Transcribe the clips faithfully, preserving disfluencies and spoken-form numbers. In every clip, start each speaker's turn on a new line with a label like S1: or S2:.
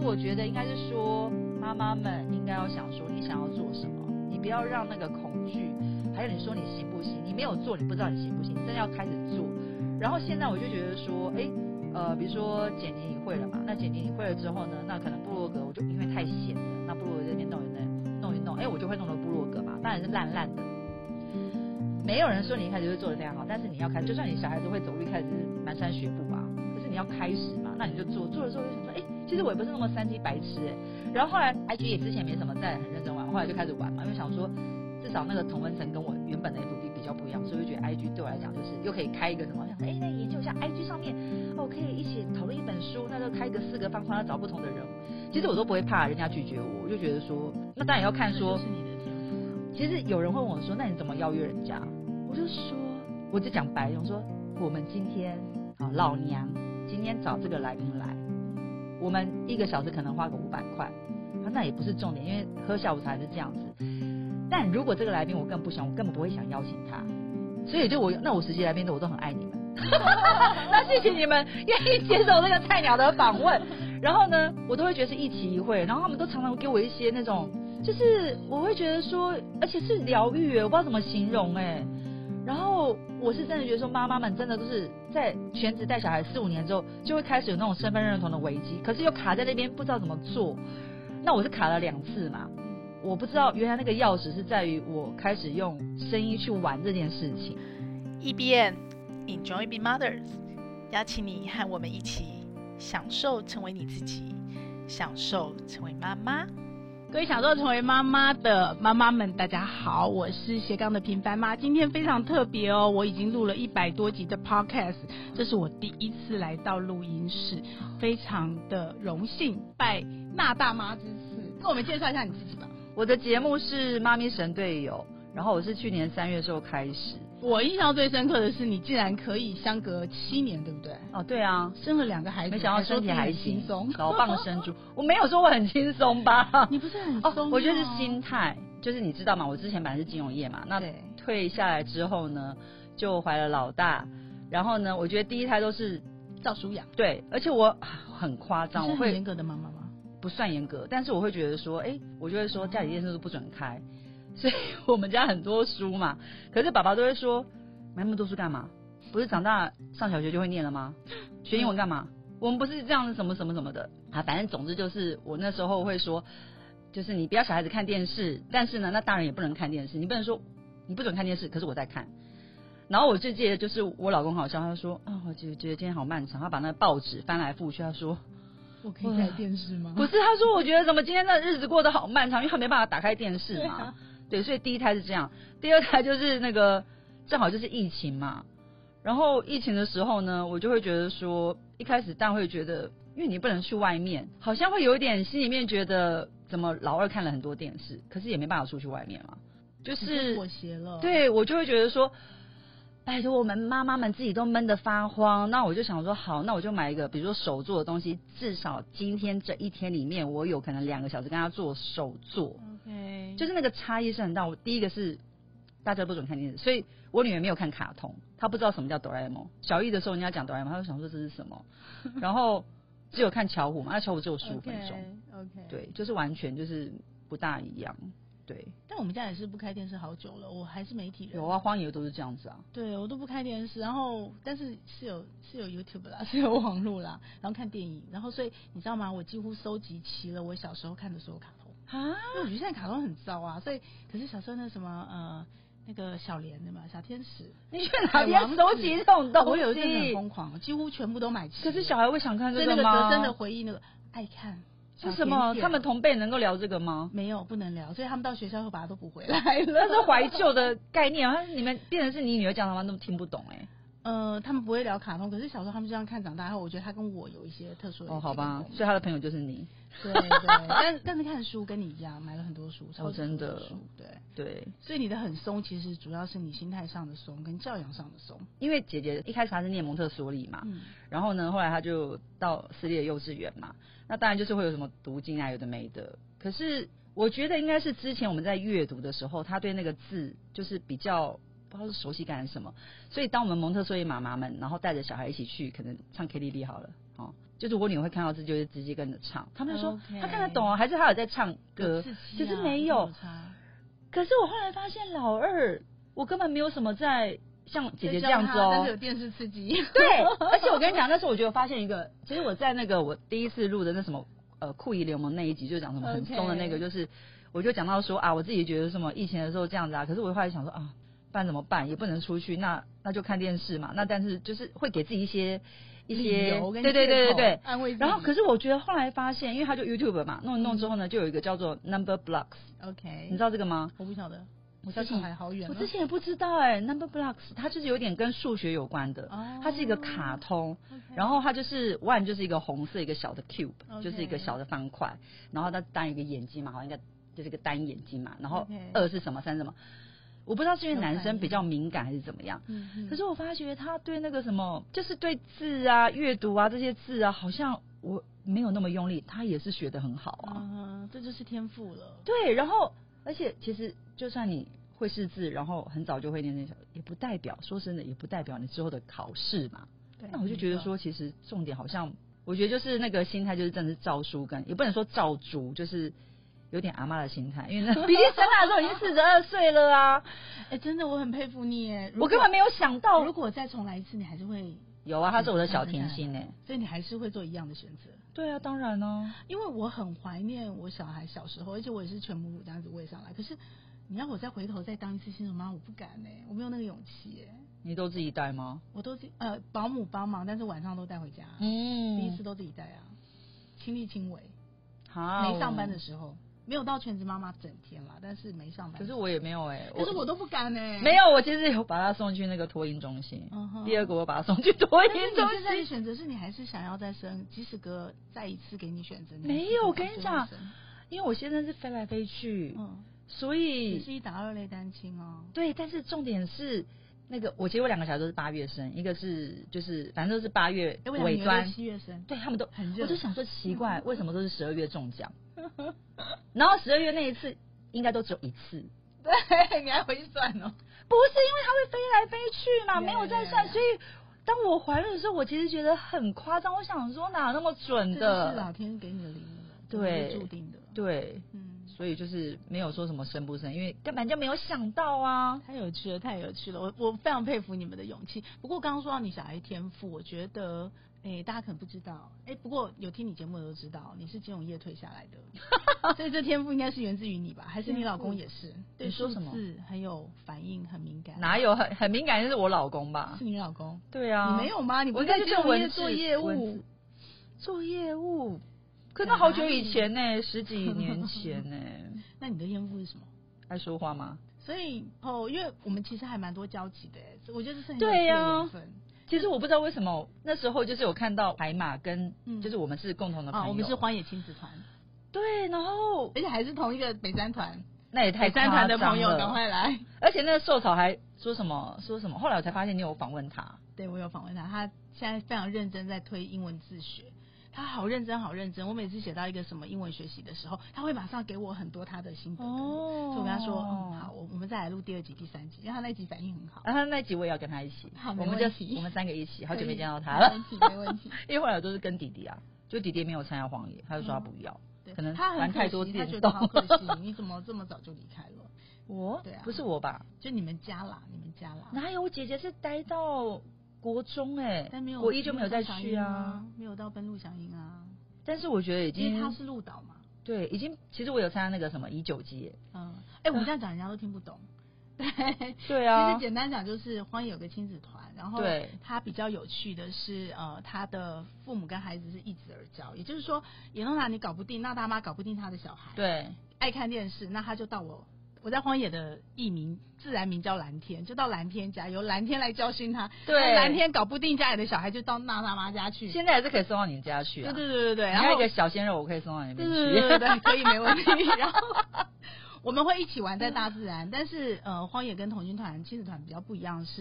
S1: 我觉得应该是说，妈妈们应该要想说，你想要做什么，你不要让那个恐惧，还有你说你行不行，你没有做，你不知道你行不行，你真的要开始做。然后现在我就觉得说，哎，呃，比如说剪辑你会了嘛，那剪辑你会了之后呢，那可能部落格我就因为太闲了，那部落格这边弄一弄，弄一弄，哎，我就会弄了部落格嘛，当然是烂烂的。没有人说你一开始会做得非常好，但是你要开始，就算你小孩子会走路，一开始是蹒跚学步吧，可是你要开始嘛，那你就做，做的时候就想说，哎，其实我也不是那么三 G 白痴哎。然后后来 I G 也之前没什么在很认真玩，后来就开始玩嘛，因为想说至少那个同温层跟我原本的 F B 比较不一样，所以我就觉得 I G 对我来讲就是又可以开一个什么，想说哎，那研究一下 I G 上面哦，可以一起讨论一本书，那就开一个四个方框，要找不同的人。其实我都不会怕人家拒绝我，我就觉得说，那当然要看说，
S2: 这就是你的天赋。
S1: 其实有人会问我说，那你怎么邀约人家？我就说，我就讲白，我说我们今天啊，老娘今天找这个来宾来，我们一个小时可能花个五百块，那也不是重点，因为喝下午茶是这样子。但如果这个来宾我更不想，我根本不会想邀请他，所以就我那我实习来宾的我都很爱你们，那谢谢你们愿意接受这个菜鸟的访问。然后呢，我都会觉得是一期一会，然后他们都常常给我一些那种，就是我会觉得说，而且是疗愈，我不知道怎么形容哎。然后我是真的觉得说，妈妈们真的都是在全职带小孩四五年之后，就会开始有那种身份认同的危机，可是又卡在那边不知道怎么做。那我是卡了两次嘛，我不知道原来那个钥匙是在于我开始用声音去玩这件事情。
S2: E B N Enjoy Being Mothers， 邀请你和我们一起享受成为你自己，享受成为妈妈。
S3: 各位享受成为妈妈的妈妈们，大家好，我是斜杠的平凡妈。今天非常特别哦，我已经录了一百多集的 podcast， 这是我第一次来到录音室，非常的荣幸，拜那大妈之赐。跟我们介绍一下你自己吧。
S1: 我的节目是妈咪神队友，然后我是去年三月的时候开始。
S3: 我印象最深刻的是，你竟然可以相隔七年，对不对？
S1: 哦，对啊，
S3: 生了两个孩子，
S1: 没想到身体还行，
S3: 轻松，
S1: 老蚌生珠。我没有说我很轻松吧？
S3: 你不是很松、
S1: 哦？我觉得是心态，就是你知道吗？我之前本来是金融业嘛，那退下来之后呢，就怀了老大，然后呢，我觉得第一胎都是
S3: 照书养，
S1: 对，而且我很夸张，我会
S3: 严格的妈妈吗？
S1: 不算严格，但是我会觉得说，哎，我就会说家里电视都不准开。所以我们家很多书嘛，可是爸爸都会说买那么多书干嘛？不是长大上小学就会念了吗？学英文干嘛？我们不是这样什么什么什么的啊，反正总之就是我那时候会说，就是你不要小孩子看电视，但是呢，那大人也不能看电视，你不能说你不准看电视，可是我在看。然后我最记得就是我老公好笑，他说啊，我觉得觉得今天好漫长，他把那个报纸翻来覆去，他说。
S3: 我可以开电视吗？
S1: 不是，他说我觉得怎么今天的日子过得好漫长，因为他没办法打开电视嘛。对啊，对，所以第一胎是这样，第二胎就是那个正好就是疫情嘛。然后疫情的时候呢，我就会觉得说，一开始当然会觉得，因为你不能去外面，好像会有一点心里面觉得，怎么老二看了很多电视，可是也没办法出去外面嘛，就是
S3: 妥协了。
S1: 对，我就会觉得说。拜托我们妈妈们自己都闷得发慌，那我就想说好，那我就买一个比如说手做的东西，至少今天这一天里面我有可能两个小时跟他做手做
S3: OK，
S1: 就是那个差异是很大。我第一个是大家不准看电视，所以我女儿没有看卡通，她不知道什么叫哆啦 A 梦。小一的时候人家讲哆啦 A 梦，她就想说这是什么，然后只有看巧虎嘛，那巧虎只有十五分钟
S3: OK，
S1: 对，就是完全就是不大一样。对，
S3: 但我们家也是不开电视好久了，我还是媒体人。
S1: 有啊，荒野都是这样子啊。
S3: 对，我都不开电视，然后但是是有是有 YouTube 啦，是有网络啦，然后看电影，然后所以你知道吗？我几乎收集齐了我小时候看的所有卡通啊，因为我觉得现在卡通很糟啊，所以可是小时候那什么呃那个小莲的嘛，小天使，
S1: 你去哪边收集这种东西？
S3: 我有一阵子很疯狂，几乎全部都买齐。
S1: 可是小孩会想看这个吗？
S3: 所以那个德森的回忆那个爱看。
S1: 为什么他们同辈能够聊这个吗？
S3: 没有，不能聊，所以他们到学校会把它都补回来了。
S1: 那是怀旧的概念，你们变成是你女儿讲的话，那么听不懂哎、欸。
S3: 呃，他们不会聊卡通，可是小时候他们这样看，长大后我觉得他跟我有一些特殊的哦，
S1: 好吧，所以他的朋友就是你。
S3: 对对，但但是看书跟你一样，买了很多书，超
S1: 真的
S3: 书，对
S1: 对。
S3: 所以你的很松，其实主要是你心态上的松跟教养上的松。
S1: 因为姐姐一开始她是念蒙特梭利嘛，嗯、然后呢，后来她就到私立的幼稚园嘛，那当然就是会有什么读经啊，有的没的。可是我觉得应该是之前我们在阅读的时候，她对那个字就是比较。不知道是熟悉感是什么，所以当我们蒙特梭利妈妈们，然后带着小孩一起去，可能唱 K T V 好了，哦， 就是我女儿会看到字，就是直接跟着唱。他们就说、
S3: okay.
S1: 他看得懂啊，还是他有在唱歌？
S3: 啊、
S1: 其实没有。可是我后来发现老二，我根本没有什么在像姐姐这样子哦，
S3: 但是有电视刺激。
S1: 对，而且我跟你讲，那时候我觉得发现一个，其实我在那个我第一次录的那什么呃酷姨联盟那一集，就讲什么很松的那个， okay. 就是我就讲到说啊，我自己觉得什么疫情的时候这样子啊，可是我后来想说啊，办怎么办，也不能出去，那那就看电视嘛，那但是就是会给自己一些。一些对对对对对，
S3: 安慰自己。
S1: 然后可是我觉得后来发现，因为他就 YouTube 嘛，弄一弄之后呢，就有一个叫做 Number Blocks。OK， 你知道这个吗？
S3: 我不晓得，我小小孩好远。
S1: 我之前也不知道哎、欸、，Number Blocks 它就是有点跟数学有关的，哦、它是一个卡通， okay. 然后它就是 one 就是一个红色一个小的 cube，、okay. 就是一个小的方块，然后它单一个眼睛嘛，好像应该就是一个单眼睛嘛，然后二是什么，三是什么。我不知道是因为男生比较敏感还是怎么样，嗯嗯、可是我发觉他对那个什么，就是对字啊、阅读啊这些字啊，好像我没有那么用力，他也是学得很好啊。
S3: 嗯，这就是天赋了。
S1: 对，然后而且其实就算你会识字，然后很早就会念那些，也不代表说真的，也不代表你之后的考试嘛。对，那我就觉得说，其实重点好像，我觉得就是那个心态，就是真的是照书跟，也不能说照猪，就是。有点阿嬷的心态，因为那比利生下的时候已经四十二岁了啊！
S3: 哎、欸，真的，我很佩服你哎！
S1: 我根本没有想到，
S3: 如果再重来一次，你还是会
S1: 有啊？他是我的小甜心哎，
S3: 所以你还是会做一样的选择。
S1: 对啊，当然哦，
S3: 因为我很怀念我小孩小时候，而且我也是全母乳这样子喂上来。可是你要我再回头再当一次新手妈，我不敢哎，我没有那个勇气哎。
S1: 你都自己带吗？
S3: 我都呃保姆帮忙，但是晚上都带回家。
S1: 嗯，
S3: 第一次都自己带啊，亲力亲为。
S1: 好，
S3: 没上班的时候。没有到全职妈妈整天啦，但是没上班。
S1: 可是我也没有哎、欸，
S3: 可是我都不敢哎、欸。
S1: 没有，我其实有把他送去那个托婴中心。Uh-huh. 第二个我把他送去托婴中心。
S3: 现在的选择是你还是想要再生？即使哥再一次给你选择，
S1: 没有。我跟你讲，因为我先生是飞来飞去，嗯，所以
S3: 你是一打二类单亲哦。
S1: 对，但是重点是那个，我其实我两个小孩都是八月生，一个是就是反正都是八月尾端，
S3: 七月生，
S1: 对他们都
S3: 很热。
S1: 我就想说奇怪，为什么都是十二月中奖？然后十二月那一次应该都只有一次，
S3: 对，你还回去算哦？
S1: 不是，因为它会飞来飞去嘛， yeah, 没有在算， yeah, yeah. 所以当我怀孕的时候，我其实觉得很夸张。我想说哪有那么准的？
S3: 这是老天给你的礼物，
S1: 对，
S3: 注定的，
S1: 对，嗯，所以就是没有说什么生不生，因为根本就没有想到啊，
S3: 太有趣了，太有趣了，我我非常佩服你们的勇气。不过刚刚说到你小孩天赋，我觉得。哎、欸，大家可能不知道，哎、欸，不过有听你节目的都知道，你是金融业退下来的，所以这天赋应该是源自于你吧？还是你老公也是？对数字很有反应，很敏感。
S1: 哪有很很敏感？就是我老公吧？
S3: 是你老公？
S1: 对啊，
S3: 你没有吗？你不是在金融业做业务？
S1: 做业务？可那好久以前呢、欸，十几年前呢、欸。
S3: 那你的天赋是什么？
S1: 爱说话吗？
S3: 所以哦，因为我们其实还蛮多交集的，所以我觉得这是很
S1: 对呀、
S3: 啊。
S1: 其实我不知道为什么那时候就是有看到海马跟，嗯、就是我们是共同的朋友、
S3: 啊，我们是荒野亲子团，
S1: 对，然后
S3: 而且还是同一个北山团，
S1: 那也太
S3: 北山团的朋友赶快来，
S1: 而且那个寿草还说什么说什么，后来我才发现你有访问他，
S3: 对我有访问他，他现在非常认真在推英文自学。他好认真，好认真。我每次写到一个什么英文学习的时候，他会马上给我很多他的心得。哦，所以我跟他说，嗯，好，我我们再来录第二集、第三集，因为他那集反应很好。
S1: 然后那集我也要跟他一起，
S3: 好，
S1: 我们就我们三个一起，好久没见到他了。
S3: 没问题，没问题。
S1: 因为后来都是跟弟弟啊，就弟弟没有参加荒野，他就说他不要，
S3: 嗯、
S1: 可能
S3: 他
S1: 玩太多电动。
S3: 他觉得好可惜，你怎么这么早就离开了？
S1: 我，
S3: 对啊，
S1: 不是我吧？
S3: 就你们家啦，你们家啦。
S1: 哪有？我姐姐是待到国中哎、欸，
S3: 但没有
S1: 国一就没有再去啊，
S3: 没有到奔鹿响应啊。
S1: 但是我觉得已经，
S3: 因为他是鹿岛嘛，
S1: 对，已经其实我有参加那个什么乙九节，
S3: 嗯，哎、欸，我们这样讲人家都听不懂，对，
S1: 对啊，
S3: 其实简单讲就是荒野有个亲子团，然后
S1: 对，
S3: 他比较有趣的是，呃，他的父母跟孩子是一子而教，也就是说，野弄娜你搞不定，那大妈搞不定他的小孩，
S1: 对，
S3: 爱看电视，那他就到我。我在荒野的艺名自然名叫蓝天，就到蓝天家，由蓝天来教训他。
S1: 对，
S3: 蓝天搞不定家里的小孩，就到娜娜妈家去。
S1: 现在还是可以送到你家去啊。
S3: 对对对对对。
S1: 然后一个小鲜肉，我可以送到你那边去。
S3: 对对对对，可以没问题。然后我们会一起玩在大自然，但是呃，荒野跟童军团、亲子团比较不一样是，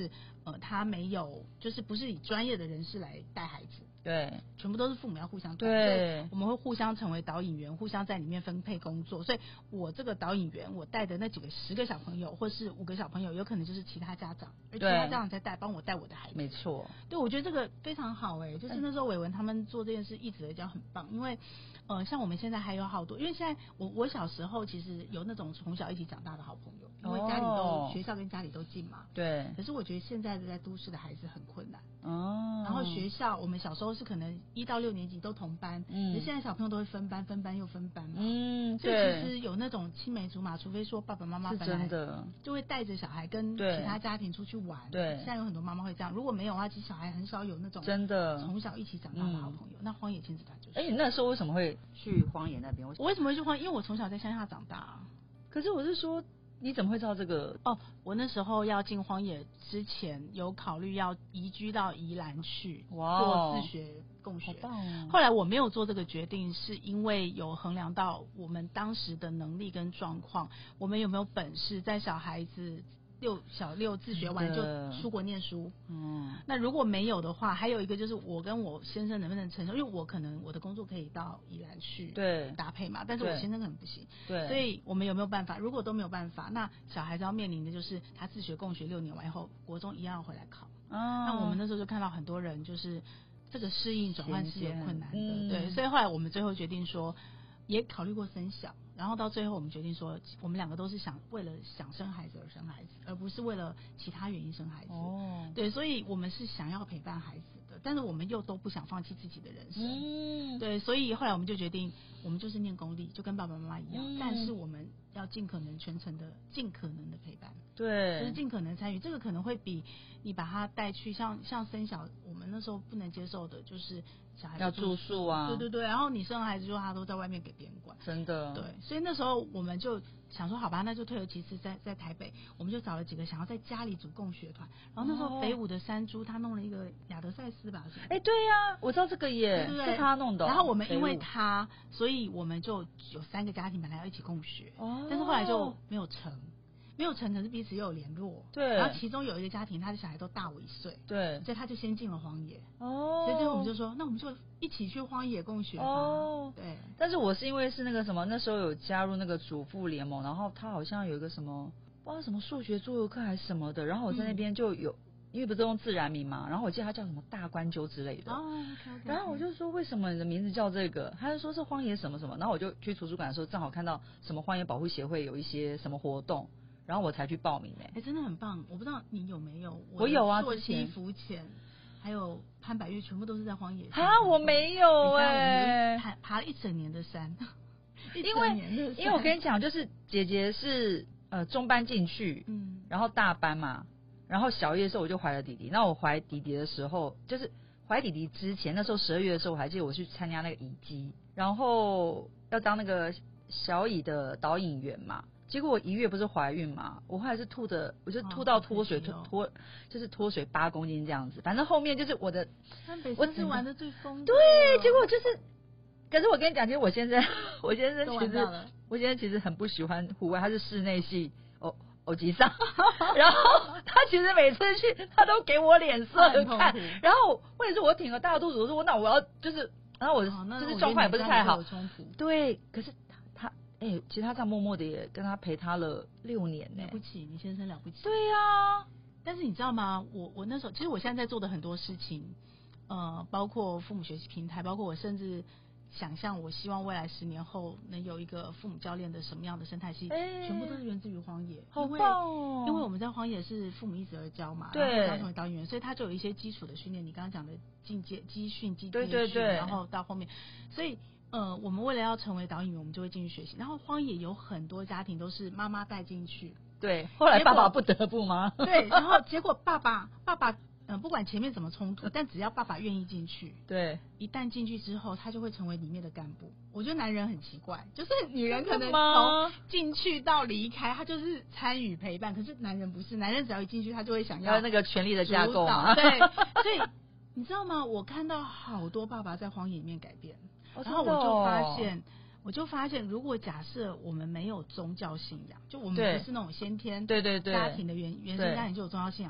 S3: 呃，他没有，就是不是以专业的人士来带孩子，
S1: 对，
S3: 全部都是父母要互相带，
S1: 对，
S3: 我们会互相成为导引员，互相在里面分配工作。所以我这个导引员，我带的那几个十个小朋友，或是五个小朋友，有可能就是其他家长，而其他家长在带，帮我带我的孩子。
S1: 没错，
S3: 对，我觉得这个非常好哎、欸，就是那时候伟文他们做这件事，一直来讲很棒，因为呃，像我们现在还有好多，因为现在我我小时候其实有那种从小一起长大的好朋友，因为家里都、哦、学校跟家里都近嘛，
S1: 对。
S3: 可是我觉得现在的在都市的孩子很困难
S1: 哦，
S3: 然后学校我们小时候是可能一到六年级都同班，嗯，可是现在小朋友都会分班，分班又分班嘛，嗯，所以其实有那种青梅竹马，除非说爸爸妈妈本来就会带着小孩跟其他家庭出去玩，对，现在有很多妈妈会这样，如果没有的话，其实小孩很少有那种真的从小一起长大的好朋友。嗯、那荒野亲子团就是，
S1: 哎、欸，你那时候为什么会去荒野那边？
S3: 我为什么会去荒野？因为我从小在乡下长大、啊。
S1: 可是我是说，你怎么会知道这个？
S3: 哦，我那时候要进荒野之前，有考虑要移居到宜兰去做自学共学。好棒哦！后来我没有做这个决定，是因为有衡量到我们当时的能力跟状况，我们有没有本事在小孩子六小六自学完就出国念书，嗯，那如果没有的话，还有一个就是我跟我先生能不能承受，因为我可能我的工作可以到宜兰去对搭配嘛，但是我先生可能不行，对，所以我们有没有办法？如果都没有办法，那小孩子要面临的就是他自学共学六年完以后，国中一样要回来考，哦，那我们那时候就看到很多人就是这个适应转换是有困难的，嗯，对，所以后来我们最后决定说，也考虑过生小。然后到最后，我们决定说，我们两个都是想为了想生孩子而生孩子，而不是为了其他原因生孩子。哦，对，所以我们是想要陪伴孩子的，但是我们又都不想放弃自己的人生。嗯，对，所以后来我们就决定，我们就是念公立，就跟爸爸妈妈一样，嗯，但是我们要尽可能全程的、尽可能的陪伴。对，就是尽可能参与。这个可能会比你把他带去，像像生小，我们那时候不能接受的就是小孩子
S1: 要住宿啊，
S3: 对对对，然后你生了孩子之后，他都在外面给别人管，
S1: 真的。对，
S3: 所以那时候我们就想说，好吧，那就退而其次，在在台北，我们就找了几个想要在家里组共学团。然后那时候北舞的山猪他弄了一个亚德赛斯吧，
S1: 哎，对呀，啊，我知道这个耶，对对对，是他弄的，哦。
S3: 然后我们因为他，所以我们就有三个家庭本来要一起共学，哦，但是后来就没有成。没有成，可是彼此又有联络。对。然后其中有一个家庭，他的小孩都大我一岁。对。所以他就先进了荒野。哦。所以最后我们就说，那我们就一起去荒野共学吧。哦。对。
S1: 但是我是因为是那个什么，那时候有加入那个主妇联盟，然后他好像有一个什么，不知道什么数学桌游课还是什么的，然后我在那边就有，嗯，因为不是用自然名嘛，然后我记得他叫什么大关鸠之类的。哦。Okay, okay, 然后我就说，为什么你的名字叫这个？他就说是荒野什么什么，然后我就去图书馆的时候，正好看到什么荒野保护协会有一些什么活动。然后我才去报名。哎，欸，
S3: 哎，真的很棒！我不知道你有没有，我，
S1: 我有啊，
S3: 坐溪浮潜，还有攀百岳，全部都是在荒野。
S1: 啊，我没有哎，欸，
S3: 爬爬了一整年的山，
S1: 因为因为我跟你讲，就是姐姐是呃中班进去，嗯，然后大班嘛，然后小一的时候我就怀了弟弟。那我怀弟弟的时候，就是怀弟弟之前，那时候十二月的时候，我还记得我去参加那个乙基，然后要当那个小乙的导引员嘛。结果我一月不是怀孕嘛，我后来是吐的，我就吐到脱水，脱脱就是脱水八公斤这样子。反正后面就是我的，
S3: 我只玩的最疯。
S1: 对，结果就是，可是我跟你讲，其实我现在，我先生其实，我现在其实很不喜欢户外，他是室内系，哦哦吉上，然后他其实每次去，他都给我脸色看，然后或者是我挺个大肚子，我说那我要就是，然后我就是状况也不是太好，对，可是。哎，欸，其实他这样默默的也跟他陪他了六年呢，
S3: 了不起，你先生了不起。
S1: 对呀，啊，
S3: 但是你知道吗？我我那时候，其实我现在在做的很多事情，呃，包括父母学习平台，包括我甚至想象，我希望未来十年后能有一个父母教练的什么样的生态系，欸，全部都是源自于荒野。
S1: 好棒哦！
S3: 因为我们在荒野是父母一直而教嘛，对，然后成为导引员，所以他就有一些基础的训练。你刚刚讲的进阶基训、基阶训，对对对，然后到后面，所以。呃，我们为了要成为导引员，我们就会进去学习。然后荒野有很多家庭都是妈妈带进去，
S1: 对，后来爸爸不得不吗？
S3: 对，然后结果爸爸爸爸，呃，不管前面怎么冲突，但只要爸爸愿意进去，对，一旦进去之后，他就会成为里面的干部。我觉得男人很奇怪，就是女人可能从进去到离开，他就是参与陪伴，可是男人不是，男人只要一进去，他就会想要
S1: 那个权力的架构嘛，
S3: 对，所以你知道吗？我看到好多爸爸在荒野里面改变。然后我就发现，我就发现，如果假设我们没有宗教信仰，就我们不是那种先天对对对家庭的原原生家庭就有宗教信仰，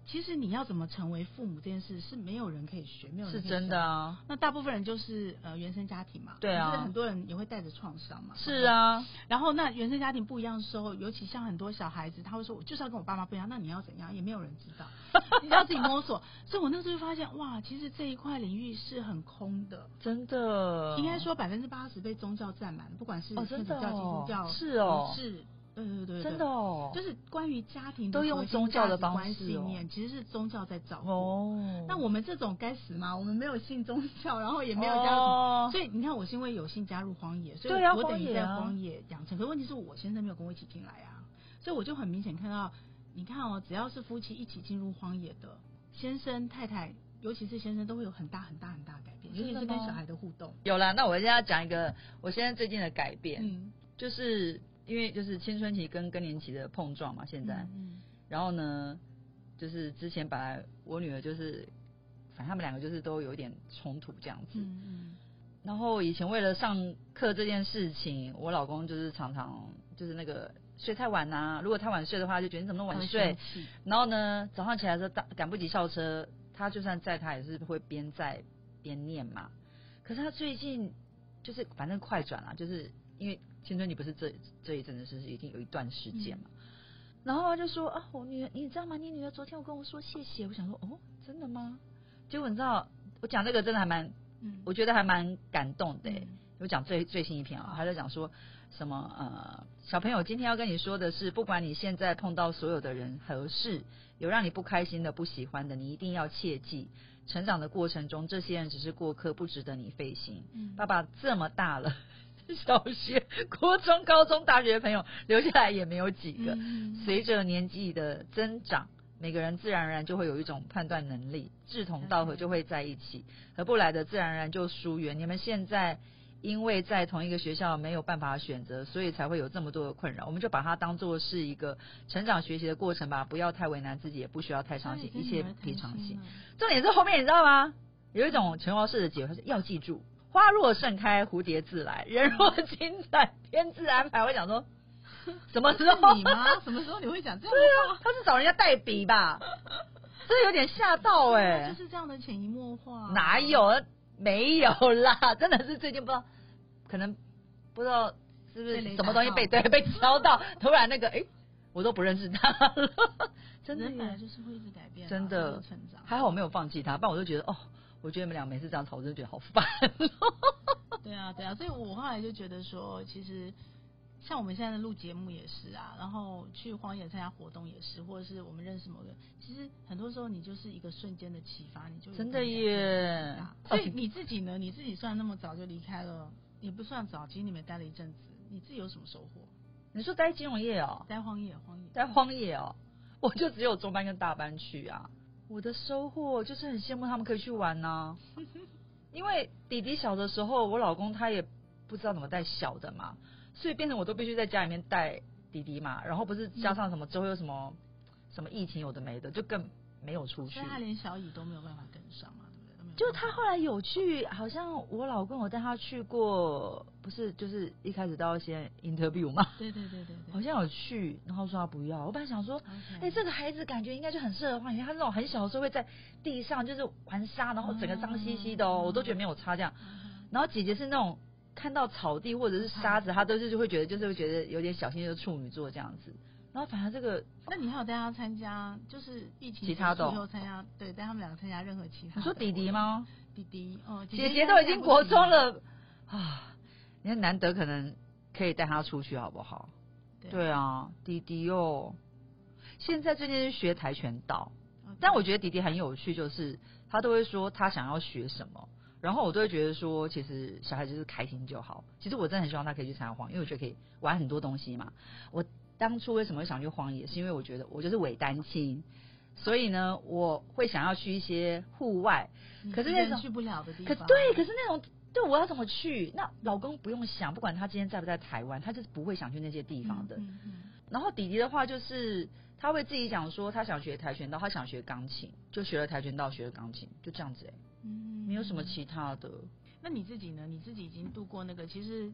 S3: 其实你要怎么成为父母这件事是没有人可以学，没有人可以
S1: 是真的啊。
S3: 那大部分人就是呃原生家庭嘛，
S1: 对啊，
S3: 可是很多人也会带着创伤嘛。
S1: 是啊。
S3: 然后那原生家庭不一样的时候，尤其像很多小孩子，他会说我就是要跟我爸妈不一样，那你要怎样？也没有人知道，你要自己摸索。所以我那时候就发现，哇，其实这一块领域是很空的，
S1: 真的。
S3: 应该说百分之八十被宗教占满，不管是天主教、基督教，
S1: 是哦，
S3: 是。对对对，
S1: 真的哦，
S3: 就是关于家庭的
S1: 都用宗教的方式
S3: 信念，其实是宗教在照顾。
S1: 哦，
S3: 那我们这种该死吗？我们没有信宗教，然后也没有加入，
S1: 哦、
S3: 所以你看，我是因为有幸加入荒野，所以我等于在荒野养成。可是问题是我先生没有跟我一起进来啊，所以我就很明显看到，你看哦，只要是夫妻一起进入荒野的，先生太太，尤其是先生，都会有很大很大很大的改变，尤其是跟小孩的互动。
S1: 有啦，那我现在要讲一个我现在最近的改变，
S3: 嗯，
S1: 就是。因为就是青春期跟更年期的碰撞嘛，现在，嗯嗯然后呢，就是之前本来我女儿就是，反正他们两个就是都有一点冲突这样子，嗯嗯然后以前为了上课这件事情，我老公就是常常就是那个睡太晚啊，如果太晚睡的话，就觉得你怎么那么晚睡，然后呢，早上起来的时候赶不及校车，他就算载他也是会边载边念嘛，可是他最近就是反正快转啦，就是因为。青春期不是这这一阵子是已经有一段时间嘛、嗯，然后他就说啊，我女儿你知道吗？你女儿昨天我跟我说谢谢，我想说哦，真的吗？结果你知道我讲这个真的还蛮，嗯，我觉得还蛮感动的、欸。嗯、我讲最最新一篇啊，他就讲说什么呃，小朋友今天要跟你说的是，不管你现在碰到所有的人和事，有让你不开心的、不喜欢的，你一定要切记，成长的过程中，这些人只是过客，不值得你费心。嗯、爸爸这么大了。小学、国中、高中、大学的朋友留下来也没有几个。随着年纪的增长，每个人自然而然就会有一种判断能力，志同道合就会在一起，合不来的自然而然就疏远。你们现在因为在同一个学校没有办法选择，所以才会有这么多的困扰。我们就把它当作是一个成长学习的过程吧，不要太为难自己，也不需要太伤心，一切平常心。重点是后面你知道吗？有一种陈老师的解释，要记住。花若盛开，蝴蝶自来；人若精彩，天自安排。我想说，什么时候
S3: 你吗？什么时候你会讲这样的话？
S1: 对啊，他是找人家代笔吧？这有点吓到哎、
S3: 欸，就是这样的潜移默化。
S1: 哪有？没有啦，真的是最近不知道，可能不知道是不是什么东西被对被敲到，突然那个哎、欸，我都不认识他了。真的，
S3: 人本来就是会一直改变，
S1: 真的
S3: 成长。
S1: 还好我没有放弃他，不然我就觉得哦。我觉得你们俩每次这样吵，我真的觉得好烦。
S3: 对啊，对啊，所以我后来就觉得说，其实像我们现在录节目也是啊，然后去荒野参加活动也是，或者是我们认识某个人，其实很多时候你就是一个瞬间的启发，你就
S1: 真的耶。
S3: 所以你自己呢？你自己虽然那么早就离开了，也不算早，其实你们待了一阵子，你自己有什么收获？
S1: 你说待金融业哦？
S3: 待荒野，荒野，
S1: 待荒野哦，我就只有中班跟大班去啊。我的收获就是很羡慕他们可以去玩啊，因为弟弟小的时候，我老公他也不知道怎么带小的嘛，所以变成我都必须在家里面带弟弟嘛，然后不是加上什么之后又什么、嗯、什么疫情有的没的，就更没有出去，
S3: 所以他连小乙都没有办法跟上嘛，对不对？
S1: 就他后来有去，好像我老公有带他去过，不是就是一开始都要先 interview 嘛，
S3: 对对对 对, 对
S1: 好像有去，然后说他不要。我本来想说，哎、okay. 欸，这个孩子感觉应该就很适合荒野，他那种很小的时候会在地上就是玩沙，然后整个脏兮兮的哦， uh-huh. 我都觉得没有差这样。Uh-huh. 然后姐姐是那种看到草地或者是沙子，她都是就会觉得就是会觉得有点小心，就是处女座这样子。然后反正这个，
S3: 那你还有带他参加，就是疫情
S1: 其他的
S3: 以后参加，对，带他们两个参加任何其他的。
S1: 你说弟弟吗？
S3: 弟弟，哦，
S1: 姐姐都已经国中了啊，你看难得可能可以带他出去，好不好？对啊，对啊，弟弟哦，现在最近是学跆拳道， okay. 但我觉得弟弟很有趣，就是他都会说他想要学什么，然后我都会觉得说，其实小孩就是开心就好。其实我真的很希望他可以去参加荒野，因为我觉得可以玩很多东西嘛。我当初为什么会想去荒野，是因为我觉得我就是伪单亲，所以呢，我会想要去一些户外，可是那种
S3: 去不了的地方。
S1: 可对，可是那种对我要怎么去？那老公不用想，不管他今天在不在台湾，他就是不会想去那些地方的。嗯嗯嗯、然后弟弟的话，就是他会自己讲说，他想学跆拳道，他想学钢琴，就学了跆拳道，学了钢琴，就这样子哎、欸，嗯，没有什么其他的。
S3: 那你自己呢？你自己已经度过那个，其实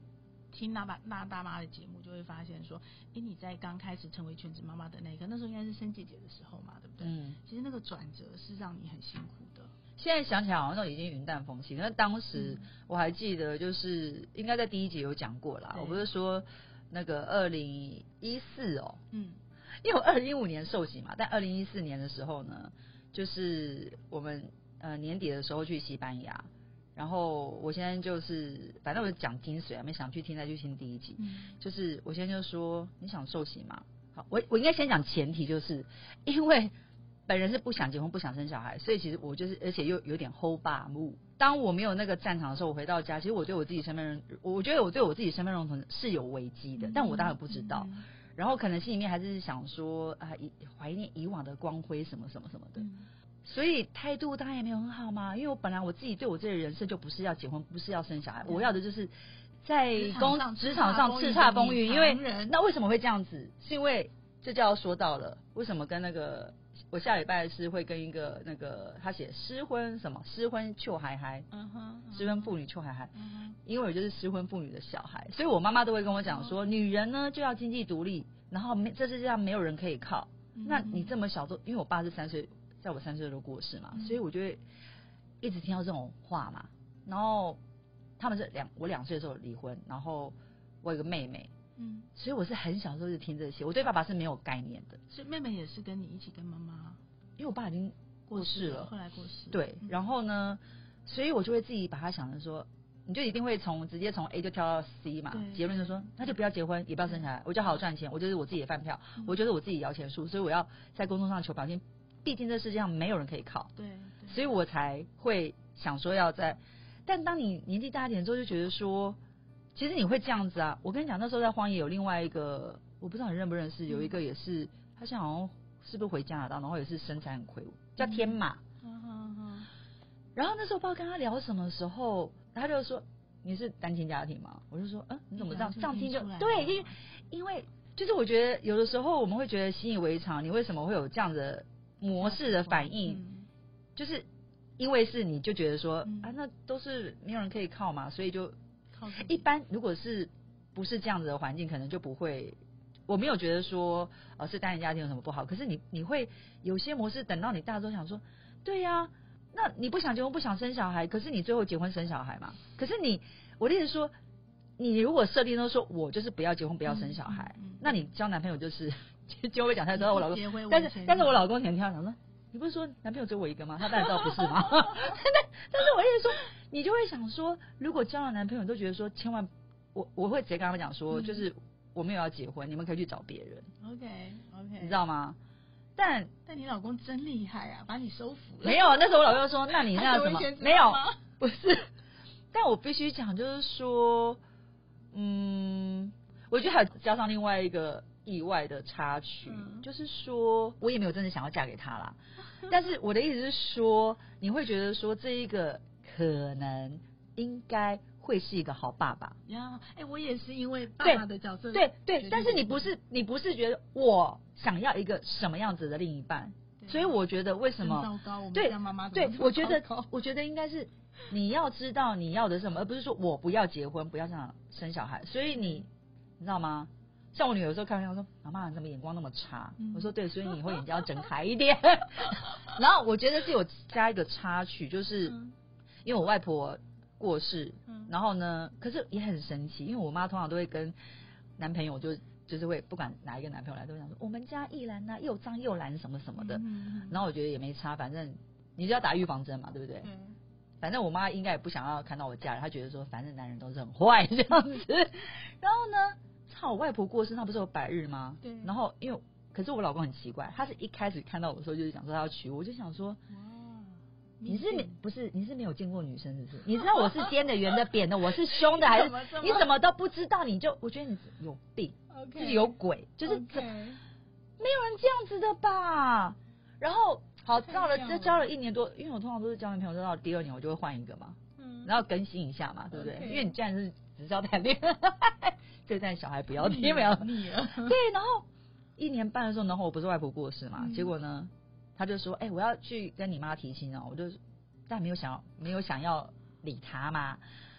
S3: 听那爸那大妈的节目，就会发现说，哎，你在刚开始成为全职妈妈的那一刻，那时候应该是生姐姐的时候嘛，对不对？嗯，其实那个转折是让你很辛苦的。
S1: 现在想起来好像都已经云淡风轻，但当时我还记得，就是应该在第一集有讲过啦。我不是说那个二零一四哦，嗯，因为我二零一五年受洗嘛，但二零一四年的时候呢，就是我们呃年底的时候去西班牙，然后我现在就是反正我讲精髓啊，没想去听再去听第一集，嗯，就是我现在就说你想受洗吗？好，我我应该先讲前提，就是因为本人是不想结婚不想生小孩，所以其实我就是而且又有点 hold 把木。当我没有那个战场的时候，我回到家，其实我对我自己身份认，我觉得我对我自己身份认同是有危机的，但我当然不知道，嗯，然后可能心里面还是想说啊，怀念以往的光辉什么什么什么的，嗯，所以态度当然也没有很好嘛，因为我本来我自己对我自己的人生就不是要结婚不是要生小孩，嗯，我要的就是在工职场上叱咤风云，因为那为什么会这样子？是因为这就要说到了，为什么跟那个我下礼拜是会跟一个那个他写失婚什么失婚臭孩孩，嗯哼，失婚妇女臭孩孩，嗯，因为我就是失婚妇女的小孩，所以我妈妈都会跟我讲说，女人呢就要经济独立，然后没这世界上没有人可以靠，嗯，那你这么小都，因为我爸是三岁，在我三岁都过世嘛，嗯，所以我就会一直听到这种话嘛，然后他们是两我两岁的时候离婚，然后我有个妹妹。嗯，所以我是很小时候就听这些，我对爸爸是没有概念的。
S3: 所以妹妹也是跟你一起跟妈妈，
S1: 因为我爸已经过世了，
S3: 后来过世。
S1: 对，嗯，然后呢，所以我就会自己把他想的说，你就一定会从直接从 A 就跳到 C 嘛，结论就说那就不要结婚，也不要生下来，我就好好赚钱，我就是我自己的饭票，嗯，我觉得我自己摇钱树，所以我要在工作上求表现，毕竟这世界上没有人可以靠，
S3: 对，
S1: 所以我才会想说要在，但当你年纪大一点之后，就觉得说。其实你会这样子啊！我跟你讲，那时候在荒野有另外一个，我不知道你认不认识，有一个也是，他现在好像是不是回加拿大，然后也是身材很魁梧，叫天马。嗯嗯嗯。然后那时候不知道跟他聊什么时候，他就说你是单亲家庭吗？我就说嗯，你怎么这样？这样听就对，因为因为就是我觉得有的时候我们会觉得习以为常，你为什么会有这样的模式的反应？嗯，就是因为是你就觉得说、嗯、啊，那都是没有人可以靠嘛，所以就。一般如果是不是这样子的环境，可能就不会。我没有觉得说呃是单人家庭有什么不好，可是你你会有些模式，等到你大之后想说，对呀、啊，那你不想结婚不想生小孩，可是你最后结婚生小孩嘛？可是你我的意思说，你如果设定都说我就是不要结婚不要生小孩，嗯嗯嗯、那你交男朋友就是就会讲太多我老公，但是但是我老公前天讲说，你不是说男朋友只有我一个吗？他当然知道不是吗？但但是我意思说。你就会想说，如果交了男朋友，都觉得说千万，我我会直接跟他们讲说，嗯、就是我没有要结婚，你们可以去找别人。
S3: OK OK，
S1: 你知道吗？但
S3: 但你老公真厉害啊，把你收服了。
S1: 没有，那时候我老公说，那你那什么？没有，不是。但我必须讲，就是说，嗯，我觉得还有加上另外一个意外的插曲，嗯、就是说我也没有真的想要嫁给他啦。但是我的意思是说，你会觉得说这一个。可能应该会是一个好爸爸
S3: 呀，哎，我也是因为爸爸的角色，
S1: 对对，但是你不是你不是觉得我想要一个什么样子的另一半，所以我觉得为什么
S3: 糟糕，我们
S1: 对
S3: 家妈妈
S1: 对，我觉得我觉得应该是你要知道你要的是什么，而不是说我不要结婚，不要想生小孩，所以你你知道吗？像我女儿有时候开玩笑说：“妈妈，你怎么眼光那么差？”嗯、我说：“对，所以你以后眼睛要睁开一点。”然后我觉得是有加一个插曲，就是。嗯因为我外婆过世，嗯、然后呢，可是也很神奇，因为我妈通常都会跟男朋友就就是会不管哪一个男朋友来都会讲说我们家一兰呐、啊、又脏又蓝什么什么的，嗯、然后我觉得也没差，反正你就要打预防针嘛，对不对？嗯、反正我妈应该也不想要看到我嫁人，她觉得说反正男人都是很坏这样子。然后呢，操，我外婆过世，那不是有百日吗？对。然后因为可是我老公很奇怪，他是一开始看到我的时候就是想说他要娶我，我就想说。你是没不是你是没有见过女生是不是？你知道我是尖的、圆的、扁的，我是凶的还是？你什么都不知道，你就我觉得你有病， okay, 就是有鬼，就是
S3: okay.
S1: 没有人这样子的吧？然后好到了这交了一年多，因为我通常都是交男朋友，到第二年我就会换一个嘛，嗯，然后更新一下嘛，对不对？ Okay. 因为你既然是只知道谈恋爱，对待小孩不要听没有？
S3: 腻了。
S1: 对，然后一年半的时候，然后我不是外婆过世嘛，嗯、结果呢？他就说：“哎、欸，我要去跟你妈提亲哦。”我就但没有想没有想要理他嘛。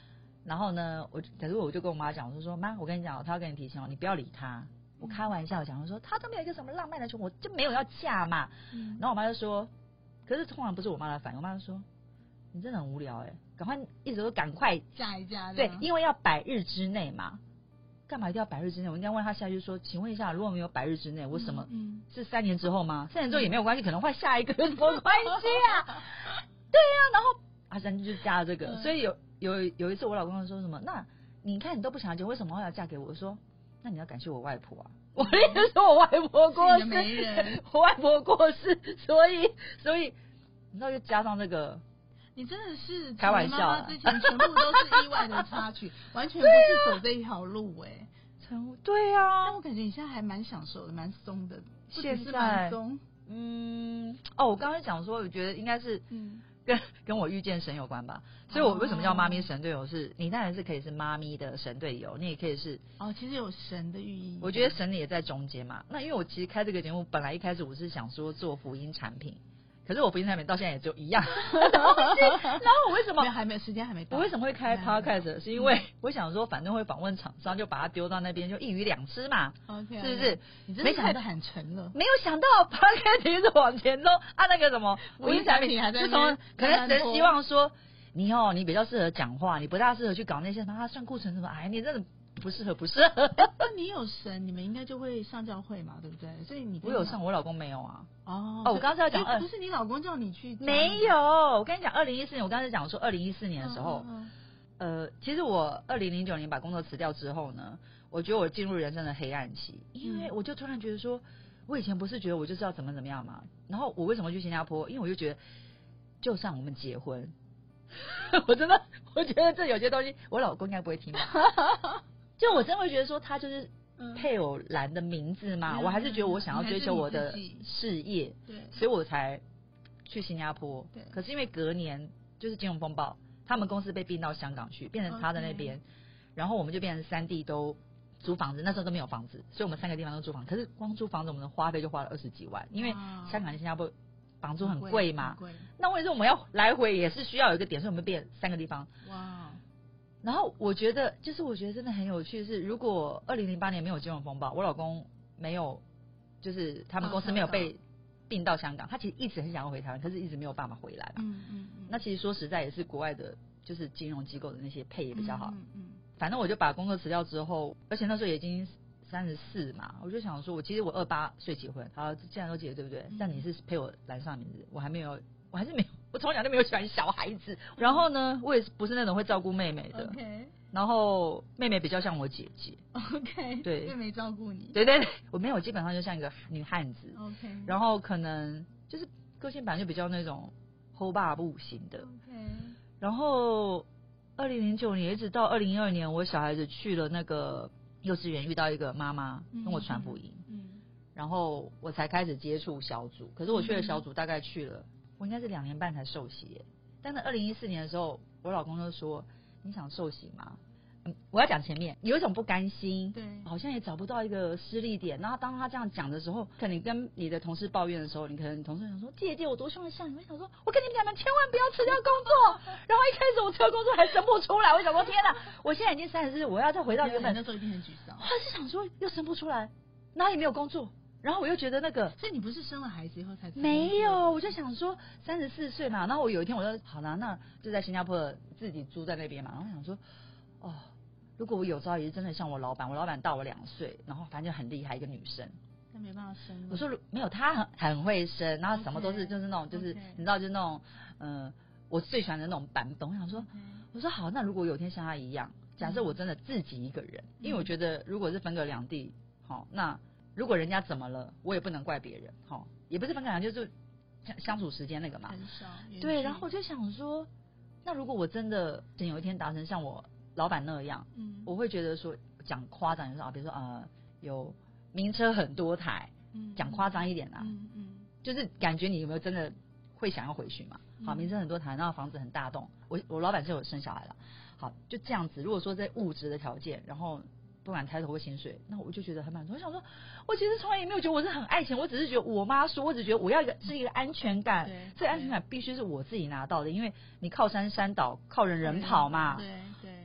S1: 然后呢，我可是我就跟我妈讲，我就说妈，我跟你讲，他要跟你提醒哦，你不要理他。我开玩笑讲，我说他都没有一个什么浪漫的时候，我就没有要嫁嘛。嗯、然后我妈就说，可是通常不是我妈的反应，我妈就说，你真的很无聊哎、欸，赶快一直都赶快
S3: 嫁一嫁。
S1: 对，因为要百日之内嘛。干嘛一定要百日之内？我应该问他下去说，请问一下，如果没有百日之内，我什么、嗯嗯、是三年之后吗？三年之后也没有关系，可能换下一个有什么关系啊？对呀、啊，然后阿三就加了这个，嗯、所以有有有一次我老公说什么，那你看你都不想结，为什么要嫁给我？我说那你要感谢我外婆啊。我的意思说我外婆过世，
S3: 没人
S1: 我外婆过世，所以所以你知道就加上这个。
S3: 你真的是
S1: 开玩笑、啊，
S3: 妈妈之前全部都是意外的插曲，完全不是走这一条路哎、欸。
S1: 对啊，
S3: 但我感觉你现在还蛮享受的，蛮松的，
S1: 现在
S3: 蛮松。
S1: 嗯，哦，我刚才讲说，我觉得应该是跟、嗯、跟我遇见神有关吧。所以我为什么叫妈咪神队友是？是你当然是可以是妈咪的神队友，你也可以是
S3: 哦，其实有神的寓意。
S1: 我觉得神也在中间嘛。那因为我其实开这个节目，本来一开始我是想说做福音产品。可是我福音产品到现在也就一样然后我为什么
S3: 还没有时间还没到？
S1: 我为什么会开 podcast？ 是因为我想说，反正会访问厂商，就把它丢到那边，就一鱼两吃嘛。
S3: OK，
S1: 是不是？
S3: 你真的开得很沉了。
S1: 没有想到 podcast 一直往前走啊，那个什么福音产品，就从可能神希望说你哦，你比较适合讲话，你不大适合去搞那些什么啊算库存什么，哎，你真的。不适合，不适合。
S3: 那你有神，你们应该就会上教会嘛，对不对？所以你
S1: 我有上，我老公没有啊。
S3: 哦，
S1: 哦，我刚才要讲，
S3: 不是你老公叫你去？
S1: 没有，我跟你讲，二零一四年，我刚才讲说，二零一四年的时候，嗯嗯、呃，其实我二零零九年把工作辞掉之后呢，我觉得我进入人生的黑暗期，因为我就突然觉得说，我以前不是觉得我就是要怎么怎么样嘛，然后我为什么去新加坡？因为我就觉得，就算我们结婚，我真的，我觉得这有些东西，我老公应该不会听吧。就我真会觉得说他就是配偶栏的名字嘛、嗯，我还是觉得我想要追求我的事业，对，所以我才去新加坡。对，可是因为隔年就是金融风暴，他们公司被并到香港去，变成他的那边， okay. 然后我们就变成三地都租房子，那时候都没有房子，所以我们三个地方都租房，可是光租房子我们的花费就花了二十几万，因为香港跟新加坡房租很贵嘛，那问题是我们要来回也是需要有一个点，所以我们变三个地方。哇。然后我觉得，就是我觉得真的很有趣的是，如果二零零八年没有金融风暴，我老公没有，就是他们公司没有被并到香港，他其实一直很想要回台湾，可是一直没有办法回来嘛。嗯嗯嗯。那其实说实在也是国外的，就是金融机构的那些配也比较好。嗯嗯。反正我就把工作辞掉之后，而且那时候已经三十四嘛，我就想说，我其实我二八岁结婚，好，既然都结了，对不对？但你是陪我栏上名字，我还没有，我还是没有。我从小就没有喜欢小孩子，然后呢，我也不是那种会照顾妹妹的。Okay. 然后妹妹比较像我姐姐。
S3: OK。对。妹妹照顾你。
S1: 对对对，我没有，基本上就像一个女汉子。
S3: OK。
S1: 然后可能就是个性本来就比较那种 hold 爸不型的。
S3: OK。
S1: 然后二零零九年一直到二零一二年，我小孩子去了那个幼稚园，遇到一个妈妈跟我传福音。嗯。嗯然后我才开始接触小组，可是我去了小组大概去了。我应该是两年半才受洗耶，但是二零一四年的时候，我老公就说：“你想受洗吗？”嗯，我要讲前面，有一种不甘心，
S3: 对，
S1: 好像也找不到一个施力点。然后当他这样讲的时候，可能你跟你的同事抱怨的时候，你可能同事想说：“姐姐，我多希望像你。”我想说：“我跟你们讲，千万不要辞掉工作。”然后一开始我辞掉工作还生不出来，我想说：“天哪！我现在已经三十四，我要再回到原本。”
S3: 那时候一定很沮丧。
S1: 我是想说，又生不出来，哪里没有工作？然后我又觉得那个，
S3: 所以你不是生了孩子以后才
S1: 没有？我就想说三十四岁嘛，然后我有一天我就好了，那就在新加坡自己住在那边嘛。然后我想说，哦，如果我有朝一日真的像我老板，我老板大我两岁，然后反正就很厉害一个女生，
S3: 那没办法生。
S1: 我说没有，她很很会生，然后什么都是就是那种就是、okay. 你知道就是那种嗯、呃，我最喜欢的那种版本。我想说， okay. 我说好，那如果有一天像她一样，假设我真的自己一个人，嗯、因为我觉得如果是分隔两地，好那。如果人家怎么了，我也不能怪别人，齁，也不是分开讲，就是相相处时间那个嘛。
S3: 很少。
S1: 对，然后我就想说，那如果我真的等有一天达成像我老板那样，嗯，我会觉得说讲夸张，就是啊，比如说呃，有名车很多台，嗯，讲夸张一点啊，嗯嗯，就是感觉你有没有真的会想要回去嘛？好，名车很多台，然后房子很大栋，我我老板是有生小孩了，好，就这样子。如果说在物质的条件，然后。不管抬头或薪水，那我就觉得很满足。我想说，我其实从来也没有觉得我是很爱钱，我只是觉得我妈说，我只觉得我要一个是一个安全感，这安全感必须是我自己拿到的，因为你靠山山倒，靠人人跑嘛。
S3: 对对。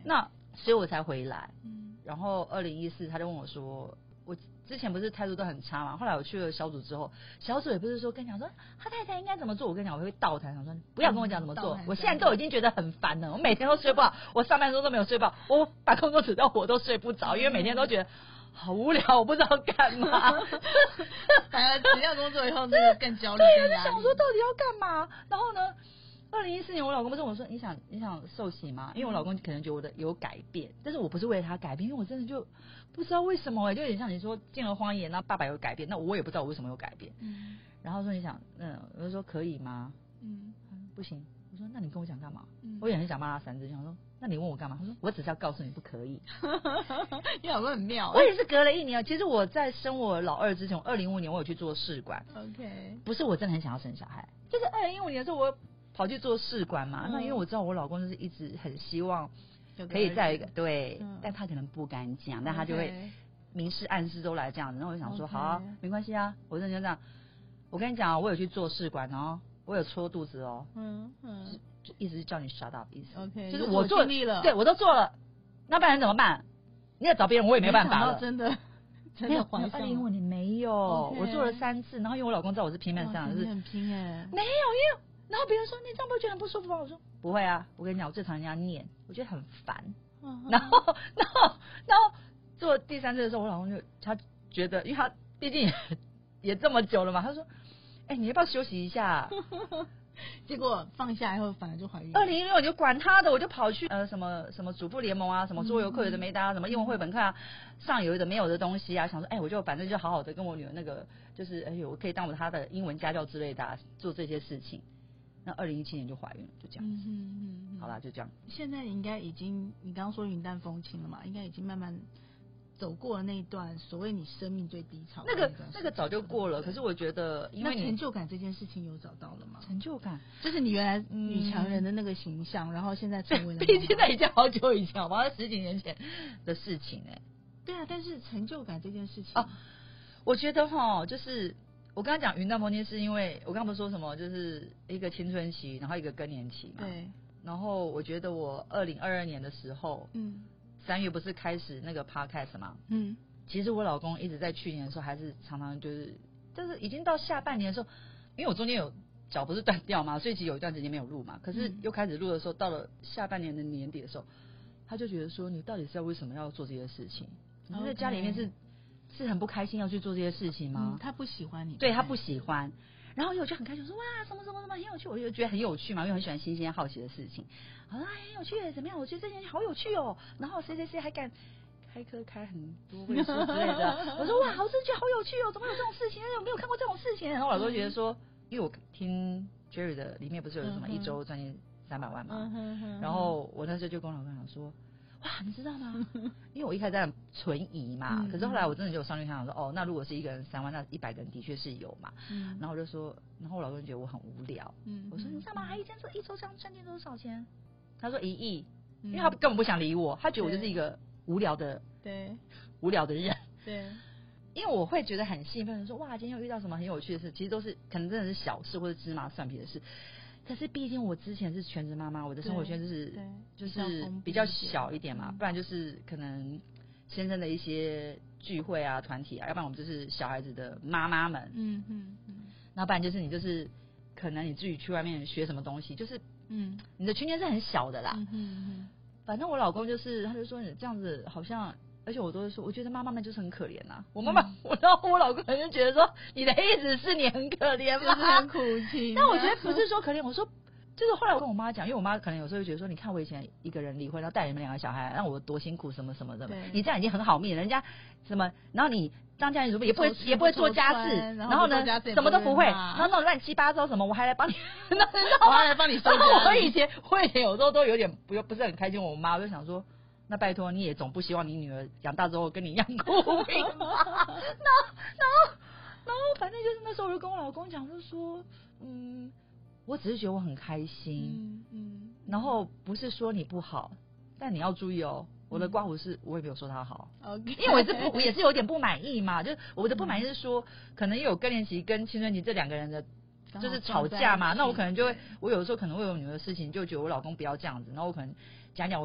S1: 那所以我才回来。
S3: 嗯，
S1: 然后二零一四他就问我说，我之前不是态度都很差嘛，后来我去了小组之后，小组也不是说跟你讲说他太太应该怎么做，我跟你讲我会倒台，想说不要跟我讲怎么做，我现在都已经觉得很烦了，我每天都睡不好，我上班的时候都没有睡饱，我把工作辞掉我都睡不着，因为每天都觉得好无聊，我不知道干嘛。
S3: 反而辞掉工作以后，那个更焦虑。
S1: 对，我就想说到底要干嘛？然后呢，二零一四年我老公不是我说你想你想受洗吗？因为我老公可能觉得我的有改变，但是我不是为了他改变，因为我真的就不知道为什么，就有点像你说进了荒野，那爸爸有改变，那我也不知道我为什么有改变。嗯，然后说你想，嗯，我就说可以吗？嗯，不行。我说那你跟我讲干嘛？嗯、我也很想骂他三字，想说那你问我干嘛？他说我只是要告诉你不可以。
S3: 你老公很妙、欸。
S1: 我也是隔了一年，其实我在生我老二之前，二零一五年我有去做试管。
S3: OK，
S1: 不是我真的很想要生小孩，就是二零一五年的时候我跑去做试管嘛。嗯、那因为我知道我老公就是一直很希望可以再一个对、嗯，但他可能不敢讲，但他就会明示暗示都来这样子。然后我就想说， okay. 好、啊，没关系啊，我真的就这样。我跟你讲、啊，我有去做试管哦。我有戳肚子哦，嗯嗯，就意思是叫你 shut up 意思
S3: ，OK，
S1: 就是我做
S3: 了，
S1: 对我都做了，那不然怎么办？你要找别人我也没办法了，
S3: 真的，真的怀上。
S1: 二零一五年没有， okay. 我做了三次，然后因为我老公知道我是拼命上，
S3: 就是很拼哎，
S1: 没有，因为然后别人说你这样不会觉得很不舒服吗？我说不会啊，我跟你讲，我最常人家念，我觉得很烦，嗯、然后然后然后做第三次的时候，我老公就他觉得，因为他毕竟也也这么久了嘛，他说。哎、欸，你要不要休息一下？
S3: 结果放下以后反而就怀孕。
S1: 二零一六你就管他的，我就跑去呃什么什么主妇联盟啊，什么桌游课有的没的啊，什么英文绘本课啊，上有的没有的东西啊，想说哎、欸，我就反正就好好的跟我女儿那个，就是哎呦，我可以当我她的英文家教之类的、啊，做这些事情。那二零一七年就怀孕了，就这样子。嗯嗯嗯，好啦，就这样。
S3: 现在应该已经，你刚刚说云淡风轻了嘛？应该已经慢慢。走过了那一段所谓你生命最低潮的
S1: 那个那个早就过了，可是我觉得因为你
S3: 成就感这件事情有找到了吗？
S1: 成就感
S3: 就是你原来女强人的那个形象，嗯、然后现在成为了，
S1: 毕竟那已经好久以前，好吧，十几年前的事情哎、欸。
S3: 对啊，但是成就感这件事情
S1: 哦，我觉得哈，就是我刚刚讲云淡风轻，是因为我刚刚不是说什么，就是一个青春期，然后一个更年期嘛。
S3: 对。
S1: 然后我觉得我二零二二年的时候，嗯。三月不是开始那个 podcast 嘛？嗯，其实我老公一直在去年的时候，还是常常就是，就是已经到下半年的时候，因为我中间有脚不是断掉嘛，所以其实有一段时间没有录嘛。可是又开始录的时候，到了下半年的年底的时候，他就觉得说，你到底是要为什么要做这些事情？你在家里面是是很不开心要去做这些事情吗？
S3: 嗯、他不喜欢你，
S1: 对他不喜欢。然后我就很开心说哇什么什么什么很有趣，我就觉得很有趣嘛，因为很喜欢新鲜好奇的事情。好啦，很有趣，怎么样？我觉得这件事好有趣哦。然后谁谁谁还敢开课开很多位数之类的，我说哇，我真的觉得好有趣哦，怎么有这种事情？我没有看过这种事情。然后我老公觉得说，因为我听 Jerry 的里面不是有什么一周赚进三百万嘛，然后我那时候就跟我老公讲说。哇，你知道吗？因为我一开始在存疑嘛，嗯、可是后来我真的就上去看，说哦，那如果是一个人三万，那一百个人的确是有嘛。嗯、然后我就说，然后我老公觉得我很无聊。嗯、我说你知道吗？他一天做一周这样赚进多少钱？他说一亿，因为他根本不想理我，他觉得我就是一个无聊的，
S3: 对，
S1: 无聊的人。
S3: 对，
S1: 因为我会觉得很兴奋，说哇，今天又遇到什么很有趣的事，其实都是可能真的是小事或者芝麻蒜皮的事。可是毕竟我之前是全职妈妈，我的生活圈就是就是比较小一点嘛，不然就是可能先生的一些聚会啊、团体啊，要不然我们就是小孩子的妈妈们，嗯嗯嗯，那不然就是你就是可能你自己去外面学什么东西，就是嗯，你的圈圈是很小的啦，嗯嗯，反正我老公就是他就说你这样子好像。而且我都会说，我觉得妈妈们就是很可怜呐、啊。我妈妈，我然后我老公可能就觉得说，你的意思是你很可怜吗？
S3: 就是很苦情。
S1: 但我觉得不是说可怜，我说就是后来我跟我妈讲，因为我妈可能有时候会觉得说，你看我以前一个人离婚，然后带你们两个小孩，让我多辛苦什么什么的，你这样已经很好命，人家什么，然后你当家庭主妇也不会也不会做家事，然后呢什么都不会，然后那种乱七八糟什么，我还来帮你，
S3: 我还来帮你收拾。
S1: 我以前我以前有时候都有点不不是很开心，我妈我就想说。那拜托你也总不希望你女儿养大之后跟你一样苦命吧？然后，然后，然后，反正就是那时候我就跟我老公讲，就说，嗯，我只是觉得我很开心，嗯嗯，然后不是说你不好，但你要注意哦，我的刮胡是我也没有说他好，嗯、因为我是不我也是有点不满意嘛，就是我的不满意是说，可能有更年期跟青春期这两个人的。就是吵架嘛，那我可能就会，我有时候可能会有女儿的事情，就觉得我老公不要这样子，然后我可能讲讲，我就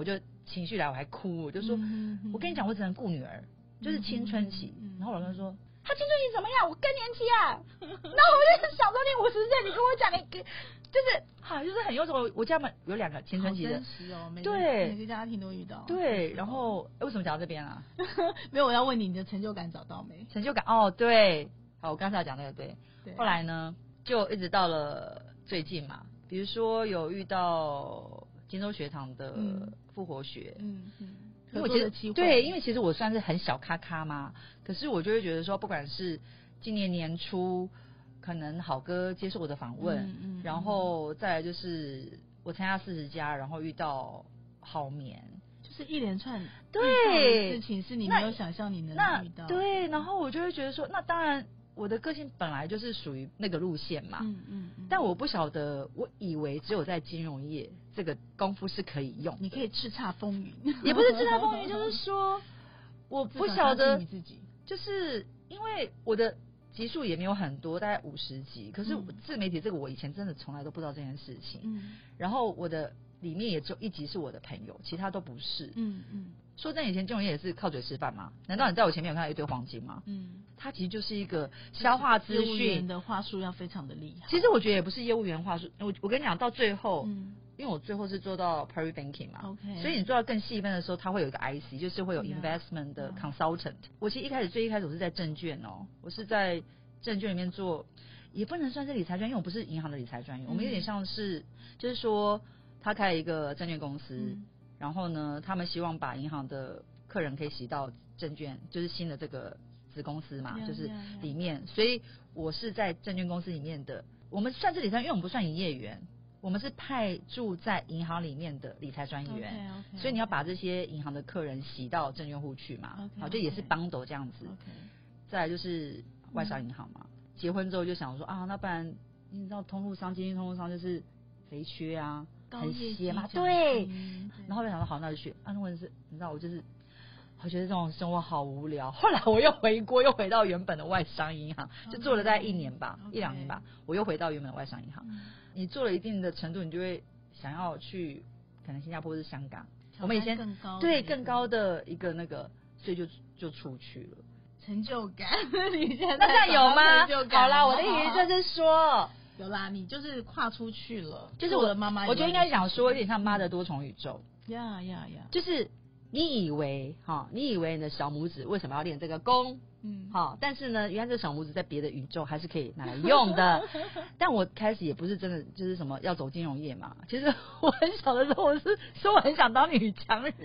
S1: 情绪来，我还哭，我就说，嗯、我跟你讲，我只能顾女儿，就是青春期。嗯、然后我老公说，他青春期怎么样？我更年期啊。然后我就想说，你五十岁，你跟我讲，你就是哈，就是很有种。我家们有两个青春期的，
S3: 真实哦，每个
S1: 对
S3: 每个家庭都遇到。
S1: 对，然后为什么讲到这边啊？
S3: 没有，我要问你，你的成就感找到没？
S1: 成就感哦，对，好，我刚才要讲那个对。
S3: 对
S1: 后来呢，就一直到了最近嘛，比如说有遇到金州学堂的复活学，嗯嗯，因为我觉得对，因为其实我算是很小咖咖嘛，可是我就会觉得说，不管是今年年初。可能好哥接受我的访问，嗯嗯、然后再来就是我参加四十加，然后遇到好眠，
S3: 就是一连串
S1: 对
S3: 事情是你没有想象你能遇到。
S1: 对，然后我就会觉得说，那当然我的个性本来就是属于那个路线嘛，嗯嗯嗯、但我不晓得，我以为只有在金融业这个功夫是可以用，
S3: 你可以叱咤风云，
S1: 也不是叱咤风云，就是说我不晓得你自己，就是因为我的。集数也没有很多，大概五十集。可是自媒体这个，我以前真的从来都不知道这件事情。嗯。然后我的里面也只有一集是我的朋友，其他都不是。嗯嗯。说真的，以前金融业也是靠嘴吃饭嘛？难道你在我前面有看到一堆黄金吗？嗯。它其实就是一个消化资讯
S3: 的话术要非常的厉害。
S1: 其实我觉得也不是业务员话术，我我跟你讲，到最后，嗯、因为我最后是做到 private banking 嘛
S3: ，OK，
S1: 所以你做到更细分的时候，它会有一个 I C， 就是会有 investment 的 consultant。我其实一开始最一开始我是在证券哦，我是在证券里面做，也不能算是理财专员，因为我不是银行的理财专员，嗯、我们有点像是，就是说他开了一个证券公司，嗯、然后呢，他们希望把银行的客人可以洗到证券，就是新的这个子公司嘛， yeah, 就是里面， yeah, yeah. 所以我是在证券公司里面的，我们算是理财，因为我们不算营业员，我们是派驻在银行里面的理财专员， okay, okay, 所以你要把这些银行的客人洗到证券户去嘛， okay, 好，就也是bundle这样子。Okay. 再来就是外商银行嘛，嗯、结婚之后就想说啊，那不然你知道通路商、基金通路商就是肥缺啊，很歇嘛，对。然后就想说好，那就去。啊，问题是，你知道我就是。我觉得这种生活好无聊，后来我又回国，又回到原本的外商银行， okay, 就做了大概一年吧， okay, 一两年吧，我又回到原本的外商银行。嗯、你做了一定的程度，你就会想要去，可能新加坡或是香港，我们以前
S3: 更高
S1: 对更高的一个那个，所以就就出去了。
S3: 成就感，你现在
S1: 那这样有吗？好啦，我的意思就是说，
S3: 有啦，你就是跨出去了，
S1: 就是我的妈妈，我觉得应该讲说有点像妈的多重宇宙。
S3: 呀呀呀，
S1: 就是。你以为哈，你以为你的小拇指为什么要练这个功？嗯，好，但是呢，原来这个小拇指在别的宇宙还是可以拿来用的。但我开始也不是真的就是什么要走金融业嘛，其实我很小的时候我是说我很想当女强人。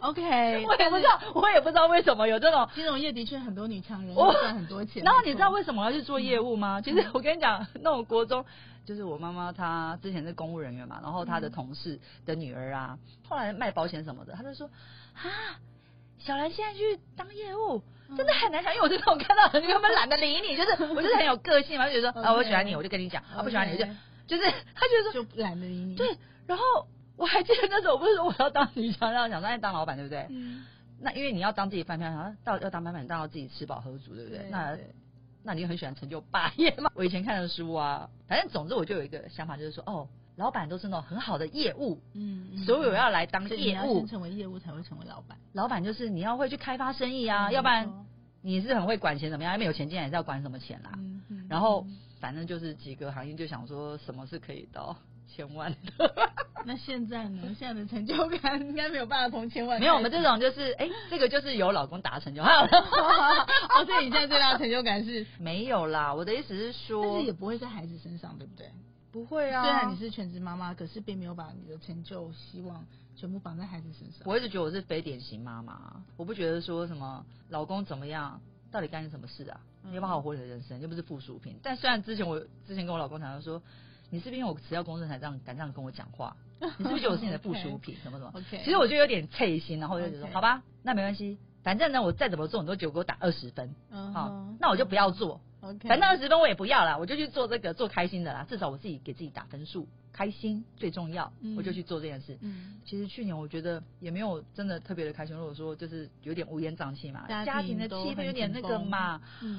S3: OK，
S1: 我也不知道，我也不知道为什么有这种
S3: 金融业的确很多女强人赚很多钱。
S1: 然后你知道为什么我要去做业务吗？嗯、其实我跟你讲，那种国中。就是我妈妈，她之前是公务人员嘛，然后她的同事的女儿啊，后来卖保险什么的，她就说啊，小兰现在去当业务，真的很难想，因为我是那种看到人根本懒得理你，就是我就是很有个性嘛，就觉得说 okay, 啊我喜欢你，我就跟你讲， okay, 啊不喜欢你我就就是她觉得说
S3: 就懒得理你。
S1: 对，然后我还记得那时候我不是说我要当女强人，想说当老板对不对？嗯。那因为你要当自己饭票，想到要当饭票，你当然要自己吃饱喝足，对不对？对那。对那你很喜欢成就霸业吗？我以前看的书啊，反正总之我就有一个想法，就是说，哦，老板都是那种很好的业务，嗯，所以我要来当业务，
S3: 你要先成为业务才会成为老板。
S1: 老板就是你要会去开发生意啊，嗯、要不然你是很会管钱怎么样？因为有钱进来也是要管什么钱啦。嗯嗯、然后反正就是几个行业就想说什么是可以到千万的。
S3: 那现在呢？现在的成就感应该没有办法从千万。
S1: 没有，我们这种就是哎，这个就是有老公达成就好了。
S3: 哦，所以你现在最大的成就感是
S1: 没有啦。我的意思是说，
S3: 但是也不会在孩子身上，对不对？
S1: 不会啊。
S3: 虽然你是全职妈妈，可是并没有把你的成就希望全部绑在孩子身上。
S1: 我一直觉得我是非典型妈妈，我不觉得说什么老公怎么样，到底干你什么事啊？你要不要好好活你的人生，又不是附属品。但虽然之前我之前跟我老公谈到说。你是不是因为我辞掉公司才这样敢这样跟我讲话？你是不是觉得我是你的附属品？ okay, 什么什么？
S3: okay,
S1: 其实我就有点脆心，然后我就觉得说， okay, 好吧，那没关系，反正呢，我再怎么做，你都给我打二十分，uh-huh, 好，那我就不要做。Okay, 反正二十分我也不要啦，我就去做这个，做开心的啦，至少我自己给自己打分数，开心最重要，嗯、我就去做这件事。嗯，其实去年我觉得也没有真的特别的开心，如果说就是有点乌烟瘴气嘛，家庭的气氛有点那个嘛。嗯。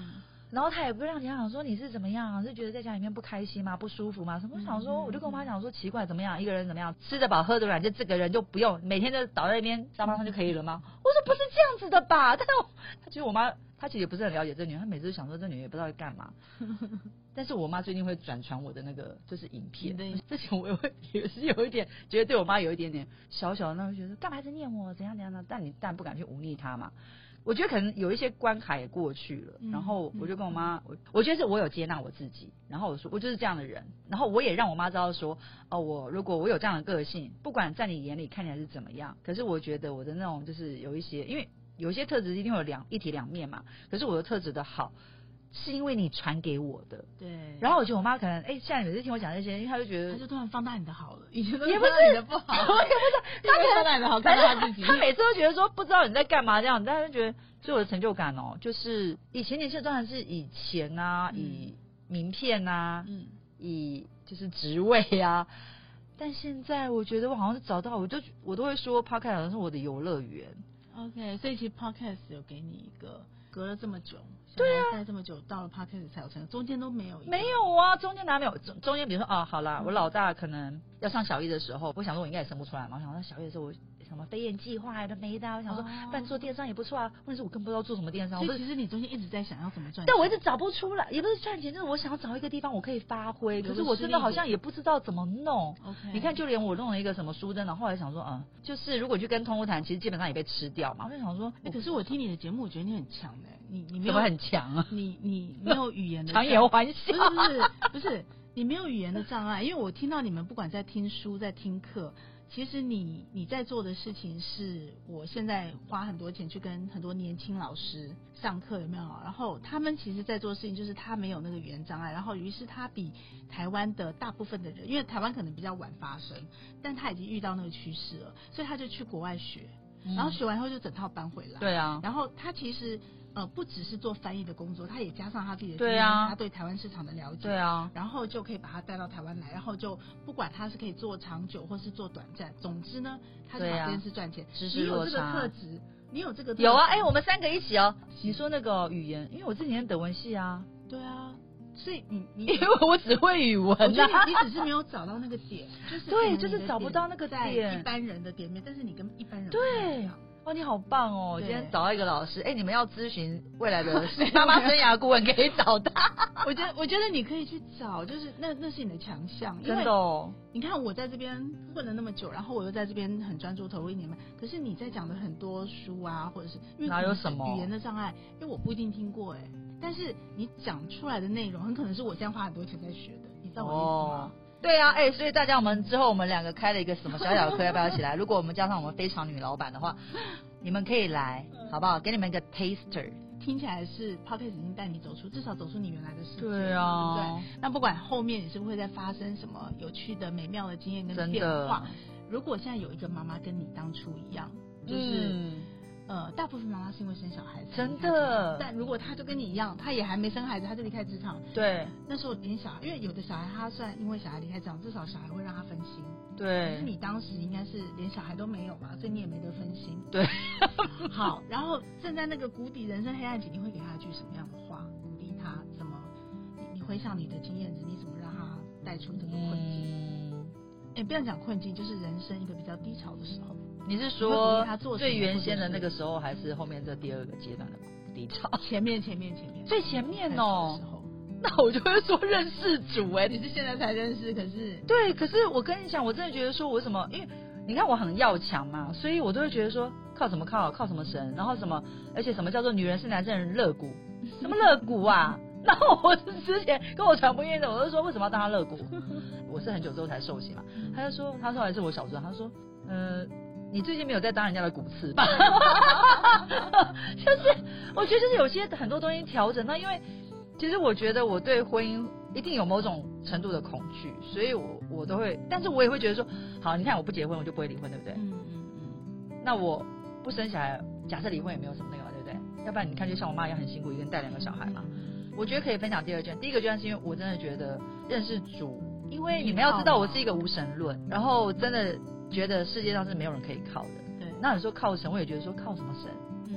S1: 然后他也不让家长说你是怎么样，是觉得在家里面不开心吗？不舒服吗？什么？我想说，我就跟我妈讲说，奇怪，怎么样？一个人怎么样，吃得饱喝得软，就这个人就不用每天就倒在那边沙发上就可以了吗？我说不是这样子的吧？但是他其实我妈，她其实也不是很了解这女人，她每次都想说这女人也不知道在干嘛。但是我妈最近会转传我的那个就是影片，之前我也会也是有一点觉得对我妈有一点点小小的那种觉得干嘛一直念我怎样怎样的，但你但不敢去忤逆她嘛。我觉得可能有一些关卡也过去了，然后我就跟我妈，我我觉得是我有接纳我自己，然后我说我就是这样的人，然后我也让我妈知道说，哦，我如果我有这样的个性，不管在你眼里看起来是怎么样，可是我觉得我的那种就是有一些，因为有一些特质一定会有两一体两面嘛，可是我的特质的好。是因为你传给我的，
S3: 对。
S1: 然后我觉得我妈可能，哎、欸，现在每次听我讲这些，因为她就觉得，
S3: 她就突然放大你的好了，以前都
S1: 也不是
S3: 你的不好，也不
S1: 是，她
S3: 放大你的好，看到她自己。
S1: 她每次都觉得说不知道你在干嘛这样，但是觉得，所以我的成就感哦，就是以前年轻当然是以钱啊，嗯、以名片啊，嗯，以就是职位啊，但现在我觉得我好像是找到，我就我都会说 Podcast 好像是我的游乐园。
S3: OK， 所以其实 Podcast 有给你一个隔了这么久。
S1: 对啊，
S3: 待这么久，到了 Podcast 才有成，中间都没有。
S1: 没有啊，中间哪没有？中中间比如说啊，好啦，我老大可能要上小一的时候，我想说我应该也生不出来嘛，我想说小一的时候我什么飞燕计划都没的，我想说，不然做电商也不错啊。问题是我更不知道做什么电商。
S3: 所以其实你中间一直在想要怎么赚钱，
S1: 但我一直找不出来，也不是赚钱，就是我想要找一个地方我可以发挥，可是我真的好像也不知道怎么弄。
S3: OK，
S1: 你看，就连我弄了一个什么书灯，然后后来想说，嗯，就是如果去跟通路谈，其实基本上也被吃掉嘛。我就想说，
S3: 欸、可是我听你的节目，我觉得你很强的、欸，你你没有
S1: 怎么很强啊？
S3: 你你没有语言的
S1: 强颜欢笑，
S3: 不是不是不是，你没有语言的障碍，因为我听到你们不管在听书在听课。其实你你在做的事情是我现在花很多钱去跟很多年轻老师上课，有没有？然后他们其实在做的事情就是他没有那个语言障碍，然后于是他比台湾的大部分的人，因为台湾可能比较晚发生，但他已经遇到那个趋势了，所以他就去国外学，然后学完后就整套搬回来。
S1: 对啊，
S3: 然后他其实。呃，不只是做翻译的工作，他也加上他自己的经验，
S1: 对啊，
S3: 他对台湾市场的了解，
S1: 对啊，
S3: 然后就可以把他带到台湾来，然后就不管他是可以做长久或是做短暂，总之呢，他就把这件事赚钱。
S1: 知识落差，
S3: 你有这个特质，你有这个特质
S1: 有啊，哎、欸，我们三个一起哦。你说那个语言，因为我之前德文系啊，
S3: 对啊，所以你你
S1: 因为我只会语文、啊，
S3: 我觉得你只是没有找到那个点，就是
S1: 对，就是找不到那个
S3: 点，一般人的点面，但是你跟一般人
S1: 对。哦，你好棒哦！今天找到一个老师，哎，你们要咨询未来的妈妈生涯顾问，可以找他。
S3: 我觉得，我觉得你可以去找，就是那那是你的强项，
S1: 真的哦。
S3: 你看我在这边混了那么久，然后我又在这边很专注投入一年半，可是你在讲的很多书啊，或者是因为
S1: 哪有什么
S3: 语言的障碍，因为我不一定听过哎，但是你讲出来的内容很可能是我现在花很多钱在学的，你知道我的意思吗？
S1: 哦对啊，哎、欸，所以大家我们之后我们两个开了一个什么小小的课，要不要一起来？如果我们加上我们非常女老板的话，你们可以来，好不好？给你们一个 taster。
S3: 听起来是 Podcast 已经带你走出，至少走出你原来的世界。
S1: 对啊，
S3: 对不对？那不管后面你是不是会再发生什么有趣的、美妙的经验跟变化，如果现在有一个妈妈跟你当初一样，就是。嗯呃，大部分妈妈是因为生小孩子，
S1: 真的。
S3: 但如果她就跟你一样，她也还没生孩子，她就离开职场，
S1: 对。
S3: 那时候连小孩，因为有的小孩他算因为小孩离开职场，至少小孩会让他分心。
S1: 对。
S3: 可是你当时应该是连小孩都没有嘛，所以你也没得分心。
S1: 对。
S3: 好，然后正在那个谷底人生黑暗期，你会给他一句什么样的话鼓励他？怎么？你你回想你的经验值，你怎么让他带出这个困境？嗯。哎，不要讲困境，就是人生一个比较低潮的时候。
S1: 你是说最原先的那个时候，还是后面这第二个阶段的低潮？
S3: 前面前面前面
S1: 最前面哦。那我就会说认识主哎、欸，
S3: 你是现在才认识，可是
S1: 对，可是我跟你讲，我真的觉得说，我为什么？因为你看我很要强嘛，所以我都会觉得说，靠什么靠？靠什么神？然后什么？而且什么叫做女人是男生人肋骨？什么肋骨啊？然后我之前跟我传播业的，我就说为什么要当他肋骨？我是很久之后才受洗嘛，他就说，他说还是我小时候，他说，呃。你最近没有在当人家的骨刺吧？就是我觉得就是有些很多东西调整，那因为其实我觉得我对婚姻一定有某种程度的恐惧，所以我我都会，但是我也会觉得说，好，你看我不结婚我就不会离婚，对不对？嗯嗯嗯。那我不生小孩，假设离婚也没有什么那个嘛，对不对？要不然你看就像我妈一样很辛苦，一个人带两个小孩嘛。我觉得可以分享第二卷，第一个卷是因为我真的觉得认识主，因为你们要知道我是一个无神论，然后真的。觉得世界上是没有人可以靠的，
S3: 对。
S1: 那你说靠神，我也觉得说靠什么神？嗯，根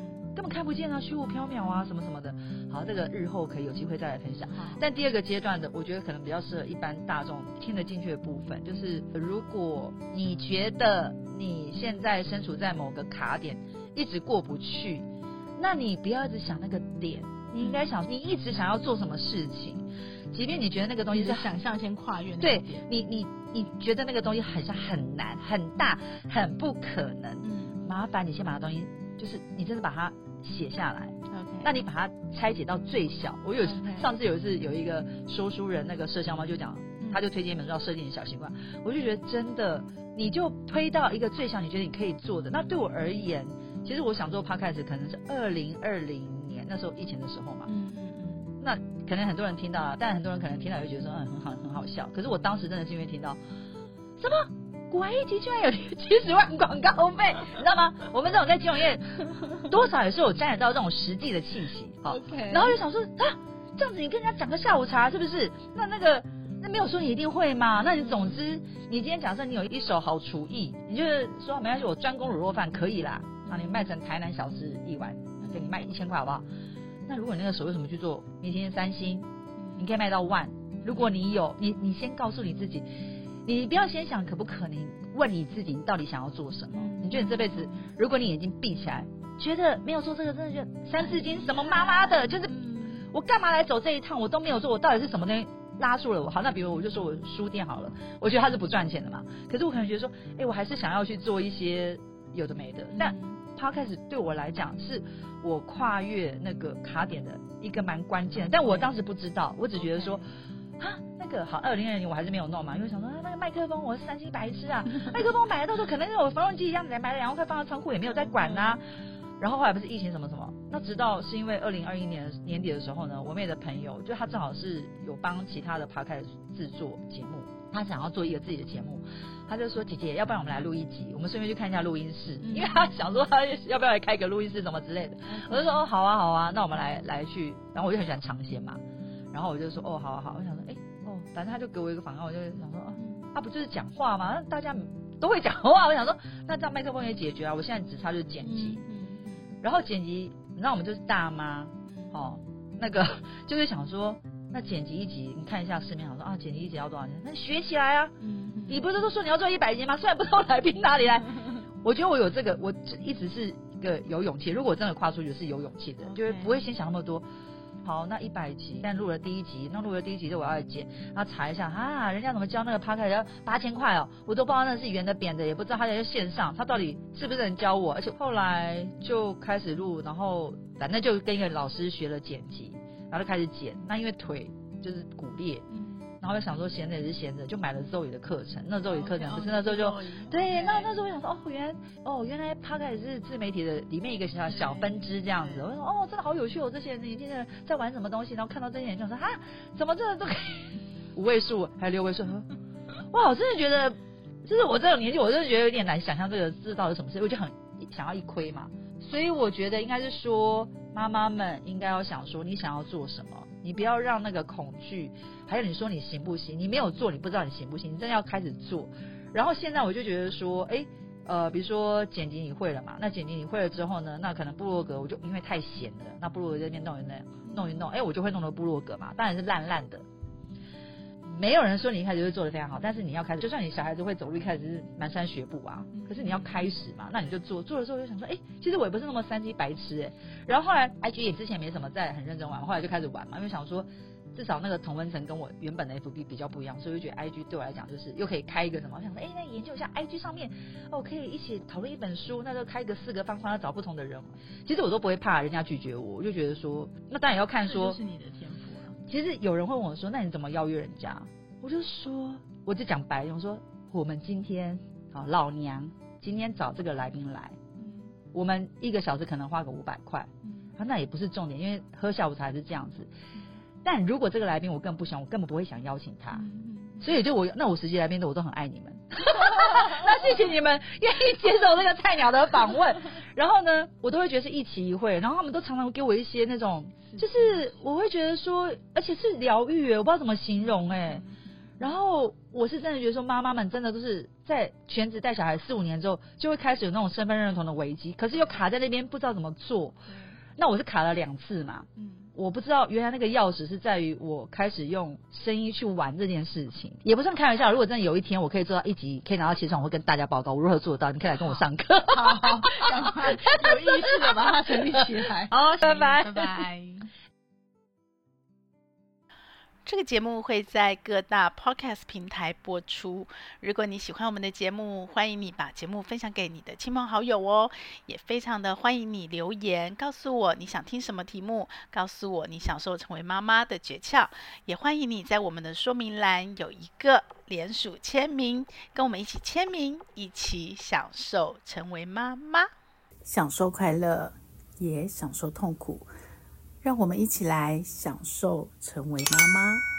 S1: 根本看不见啊，虚无缥缈啊，什么什么的。好，这个日后可以有机会再来分享。但第二个阶段的，我觉得可能比较适合一般大众听得进去的部分，就是如果你觉得你现在身处在某个卡点，一直过不去，那你不要一直想那个点，你应该想你一直想要做什么事情，即便你觉得那个东西是
S3: 想象先跨越那个
S1: 对
S3: 点，
S1: 你你你觉得那个东西很像很难很大很不可能，
S3: 嗯，
S1: 麻烦你先把它东西，就是你真的把它写下来。
S3: OK，
S1: 那你把它拆解到最小。我有
S3: Okay.
S1: 上次有一次有一个说书人，那个麝香猫就讲，他就推荐一本书叫《设定小习惯》，我就觉得真的，你就推到一个最小，你觉得你可以做的。那对我而言，其实我想做 podcast 可能是二零二零年那时候疫情的时候嘛，
S3: 嗯嗯嗯，
S1: 那可能很多人听到了，但很多人可能听到就觉得说嗯很好很好笑，可是我当时真的是因为听到什么古玩一集居然有七十万广告费，你知道吗？我们这种在金融业多少也是有沾染到这种实际的气息，好，
S3: Okay.
S1: 然后就想说啊，这样子你跟人家讲个下午茶是不是？那那个那没有说你一定会吗？那你总之你今天假设你有一手好厨艺，你就是说没关系，我专攻卤肉饭可以啦，啊，你卖成台南小吃一碗，给你卖一千块好不好？那如果你那个手为什么去做明天三星，你可以卖到万？如果你有，你你先告诉你自己，你不要先想可不可能，问你自己你到底想要做什么？你觉得你这辈子，如果你眼睛闭起来，觉得没有做这个，真的就三字经什么妈妈的，就是我干嘛来走这一趟？我都没有做，我到底是什么东西拉住了我？好，那比如我就说我书店好了，我觉得它是不赚钱的嘛，可是我可能觉得说，哎，我还是想要去做一些有的没的。但Podcast对我来讲，是我跨越那个卡点的一个蛮关键的，但我当时不知道，我只觉得说。啊，那个好，二零二零我还是没有弄嘛，因为想说啊，那个麦克风我是三星白痴啊，麦克风买的到时候可能是我缝纫机一样子来买的，然后快放到仓库也没有在管啊。然后后来不是疫情什么什么，那直到是因为二零二一年年底的时候呢，我妹的朋友就她正好是有帮其他的 podcast 制作节目，她想要做一个自己的节目，她就说姐姐，要不然我们来录一集，我们顺便去看一下录音室，因为她想说她要不要来开个录音室什么之类的。我就说哦好啊好啊，那我们来来去，然后我就很喜欢尝鲜嘛。然后我就说哦好啊好，我想说哎哦，反正他就给我一个访纲，我就想说啊，啊不就是讲话吗？大家都会讲话，我想说那这样麦克风也解决啊，我现在只差就是剪辑，然后剪辑，你知道我们就是大妈哦，那个就是想说那剪辑一集，你看一下市面上说啊剪辑一集要多少钱？那你学起来啊，你不是都说你要做一百集吗？虽然不知道来宾哪里来，我觉得我有这个，我一直是一个有勇气，如果我真的跨出去是有勇气的，就是不会先想那么多。好，那一百集，但录了第一集，那录了第一集就我要剪，然后查一下啊，人家怎么教那个 podcast 要八千块哦，我都不知道那是圆的扁的，也不知道他在线上，他到底是不是能教我？而且后来就开始录，然后反正就跟一个老师学了剪辑，然后就开始剪。那因为腿就是骨裂，然后就想说闲着也是闲着，就买了Zoe的课程。那Zoe课程不是那时候就对，那那时候我想说哦，原来哦原来 podcast 是自媒体的里面一个小小分支这样子。我说哦，真的好有趣哦，这些年轻人在玩什么东西，然后看到这些人就说哈，怎么这个都可以五位数还有六位数？哇，我真的觉得，就是我这种年纪，我真的觉得有点难想象这个这到底什么事，我就很想要一窥嘛。所以我觉得应该是说，妈妈们应该要想说，你想要做什么，你不要让那个恐惧，还有你说你行不行，你没有做，你不知道你行不行，你真的要开始做。然后现在我就觉得说，哎，呃，比如说剪辑你会了嘛，那剪辑你会了之后呢，那可能部落格我就因为太闲了，那部落格这边弄一弄，弄一弄，哎，我就会弄个部落格嘛，当然是烂烂的。没有人说你一开始就做得非常好，但是你要开始，就算你小孩子会走路，一开始是蹒跚学步啊，可是你要开始嘛，那你就做，做的时候就想说，哎，其实我也不是那么三 G 白痴哎。然后后来 I G 也之前没什么在很认真玩，后来就开始玩嘛，因为想说至少那个同温层跟我原本的 F B 比较不一样，所以我就觉得 I G 对我来讲就是又可以开一个什么，我想说，哎，那研究一下 I G 上面哦，可以一起讨论一本书，那就开一个四个方框，要找不同的人。其实我都不会怕人家拒绝我，我就觉得说，那当然要看说，
S3: 这就是你的天赋啊。
S1: 其实有人会问我说，那你怎么邀约人家？我就说，我就讲白，我说我们今天啊，老娘今天找这个来宾来，嗯，我们一个小时可能花个五百块，嗯，啊，那也不是重点，因为喝下午茶是这样子。嗯，但如果这个来宾我更不想，我根本不会想邀请他，嗯，所以就我那我实际来宾的我都很爱你们，那谢谢你们愿意接受这个菜鸟的访问。然后呢，我都会觉得是一期一会，然后他们都常常给我一些那种，就是我会觉得说，而且是疗愈，我不知道怎么形容哎。然后我是真的觉得说，妈妈们真的都是在全职带小孩四五年之后，就会开始有那种身份认同的危机，可是又卡在那边不知道怎么做。 那我是卡了两次嘛，嗯，我不知道原来那个钥匙是在于我开始用声音去玩这件事情，也不算开玩笑。如果真的有一天我可以做到一集可以拿到起床，我会跟大家报告我如何做到，你可以来跟我上课。
S3: 好，好，赶快有意识的把它成立起来。
S1: 好，拜拜，
S3: 拜拜。
S2: 这个节目会在各大 podcast 平台播出。如果你喜欢我们的节目，欢迎你把节目分享给你的亲朋好友哦。也非常的欢迎你留言，告诉我你想听什么题目，告诉我你享受成为妈妈的诀窍。也欢迎你在我们的说明栏有一个联署签名，跟我们一起签名，一起享受成为妈妈，
S4: 享受快乐，也享受痛苦。让我们一起来享受成为妈妈。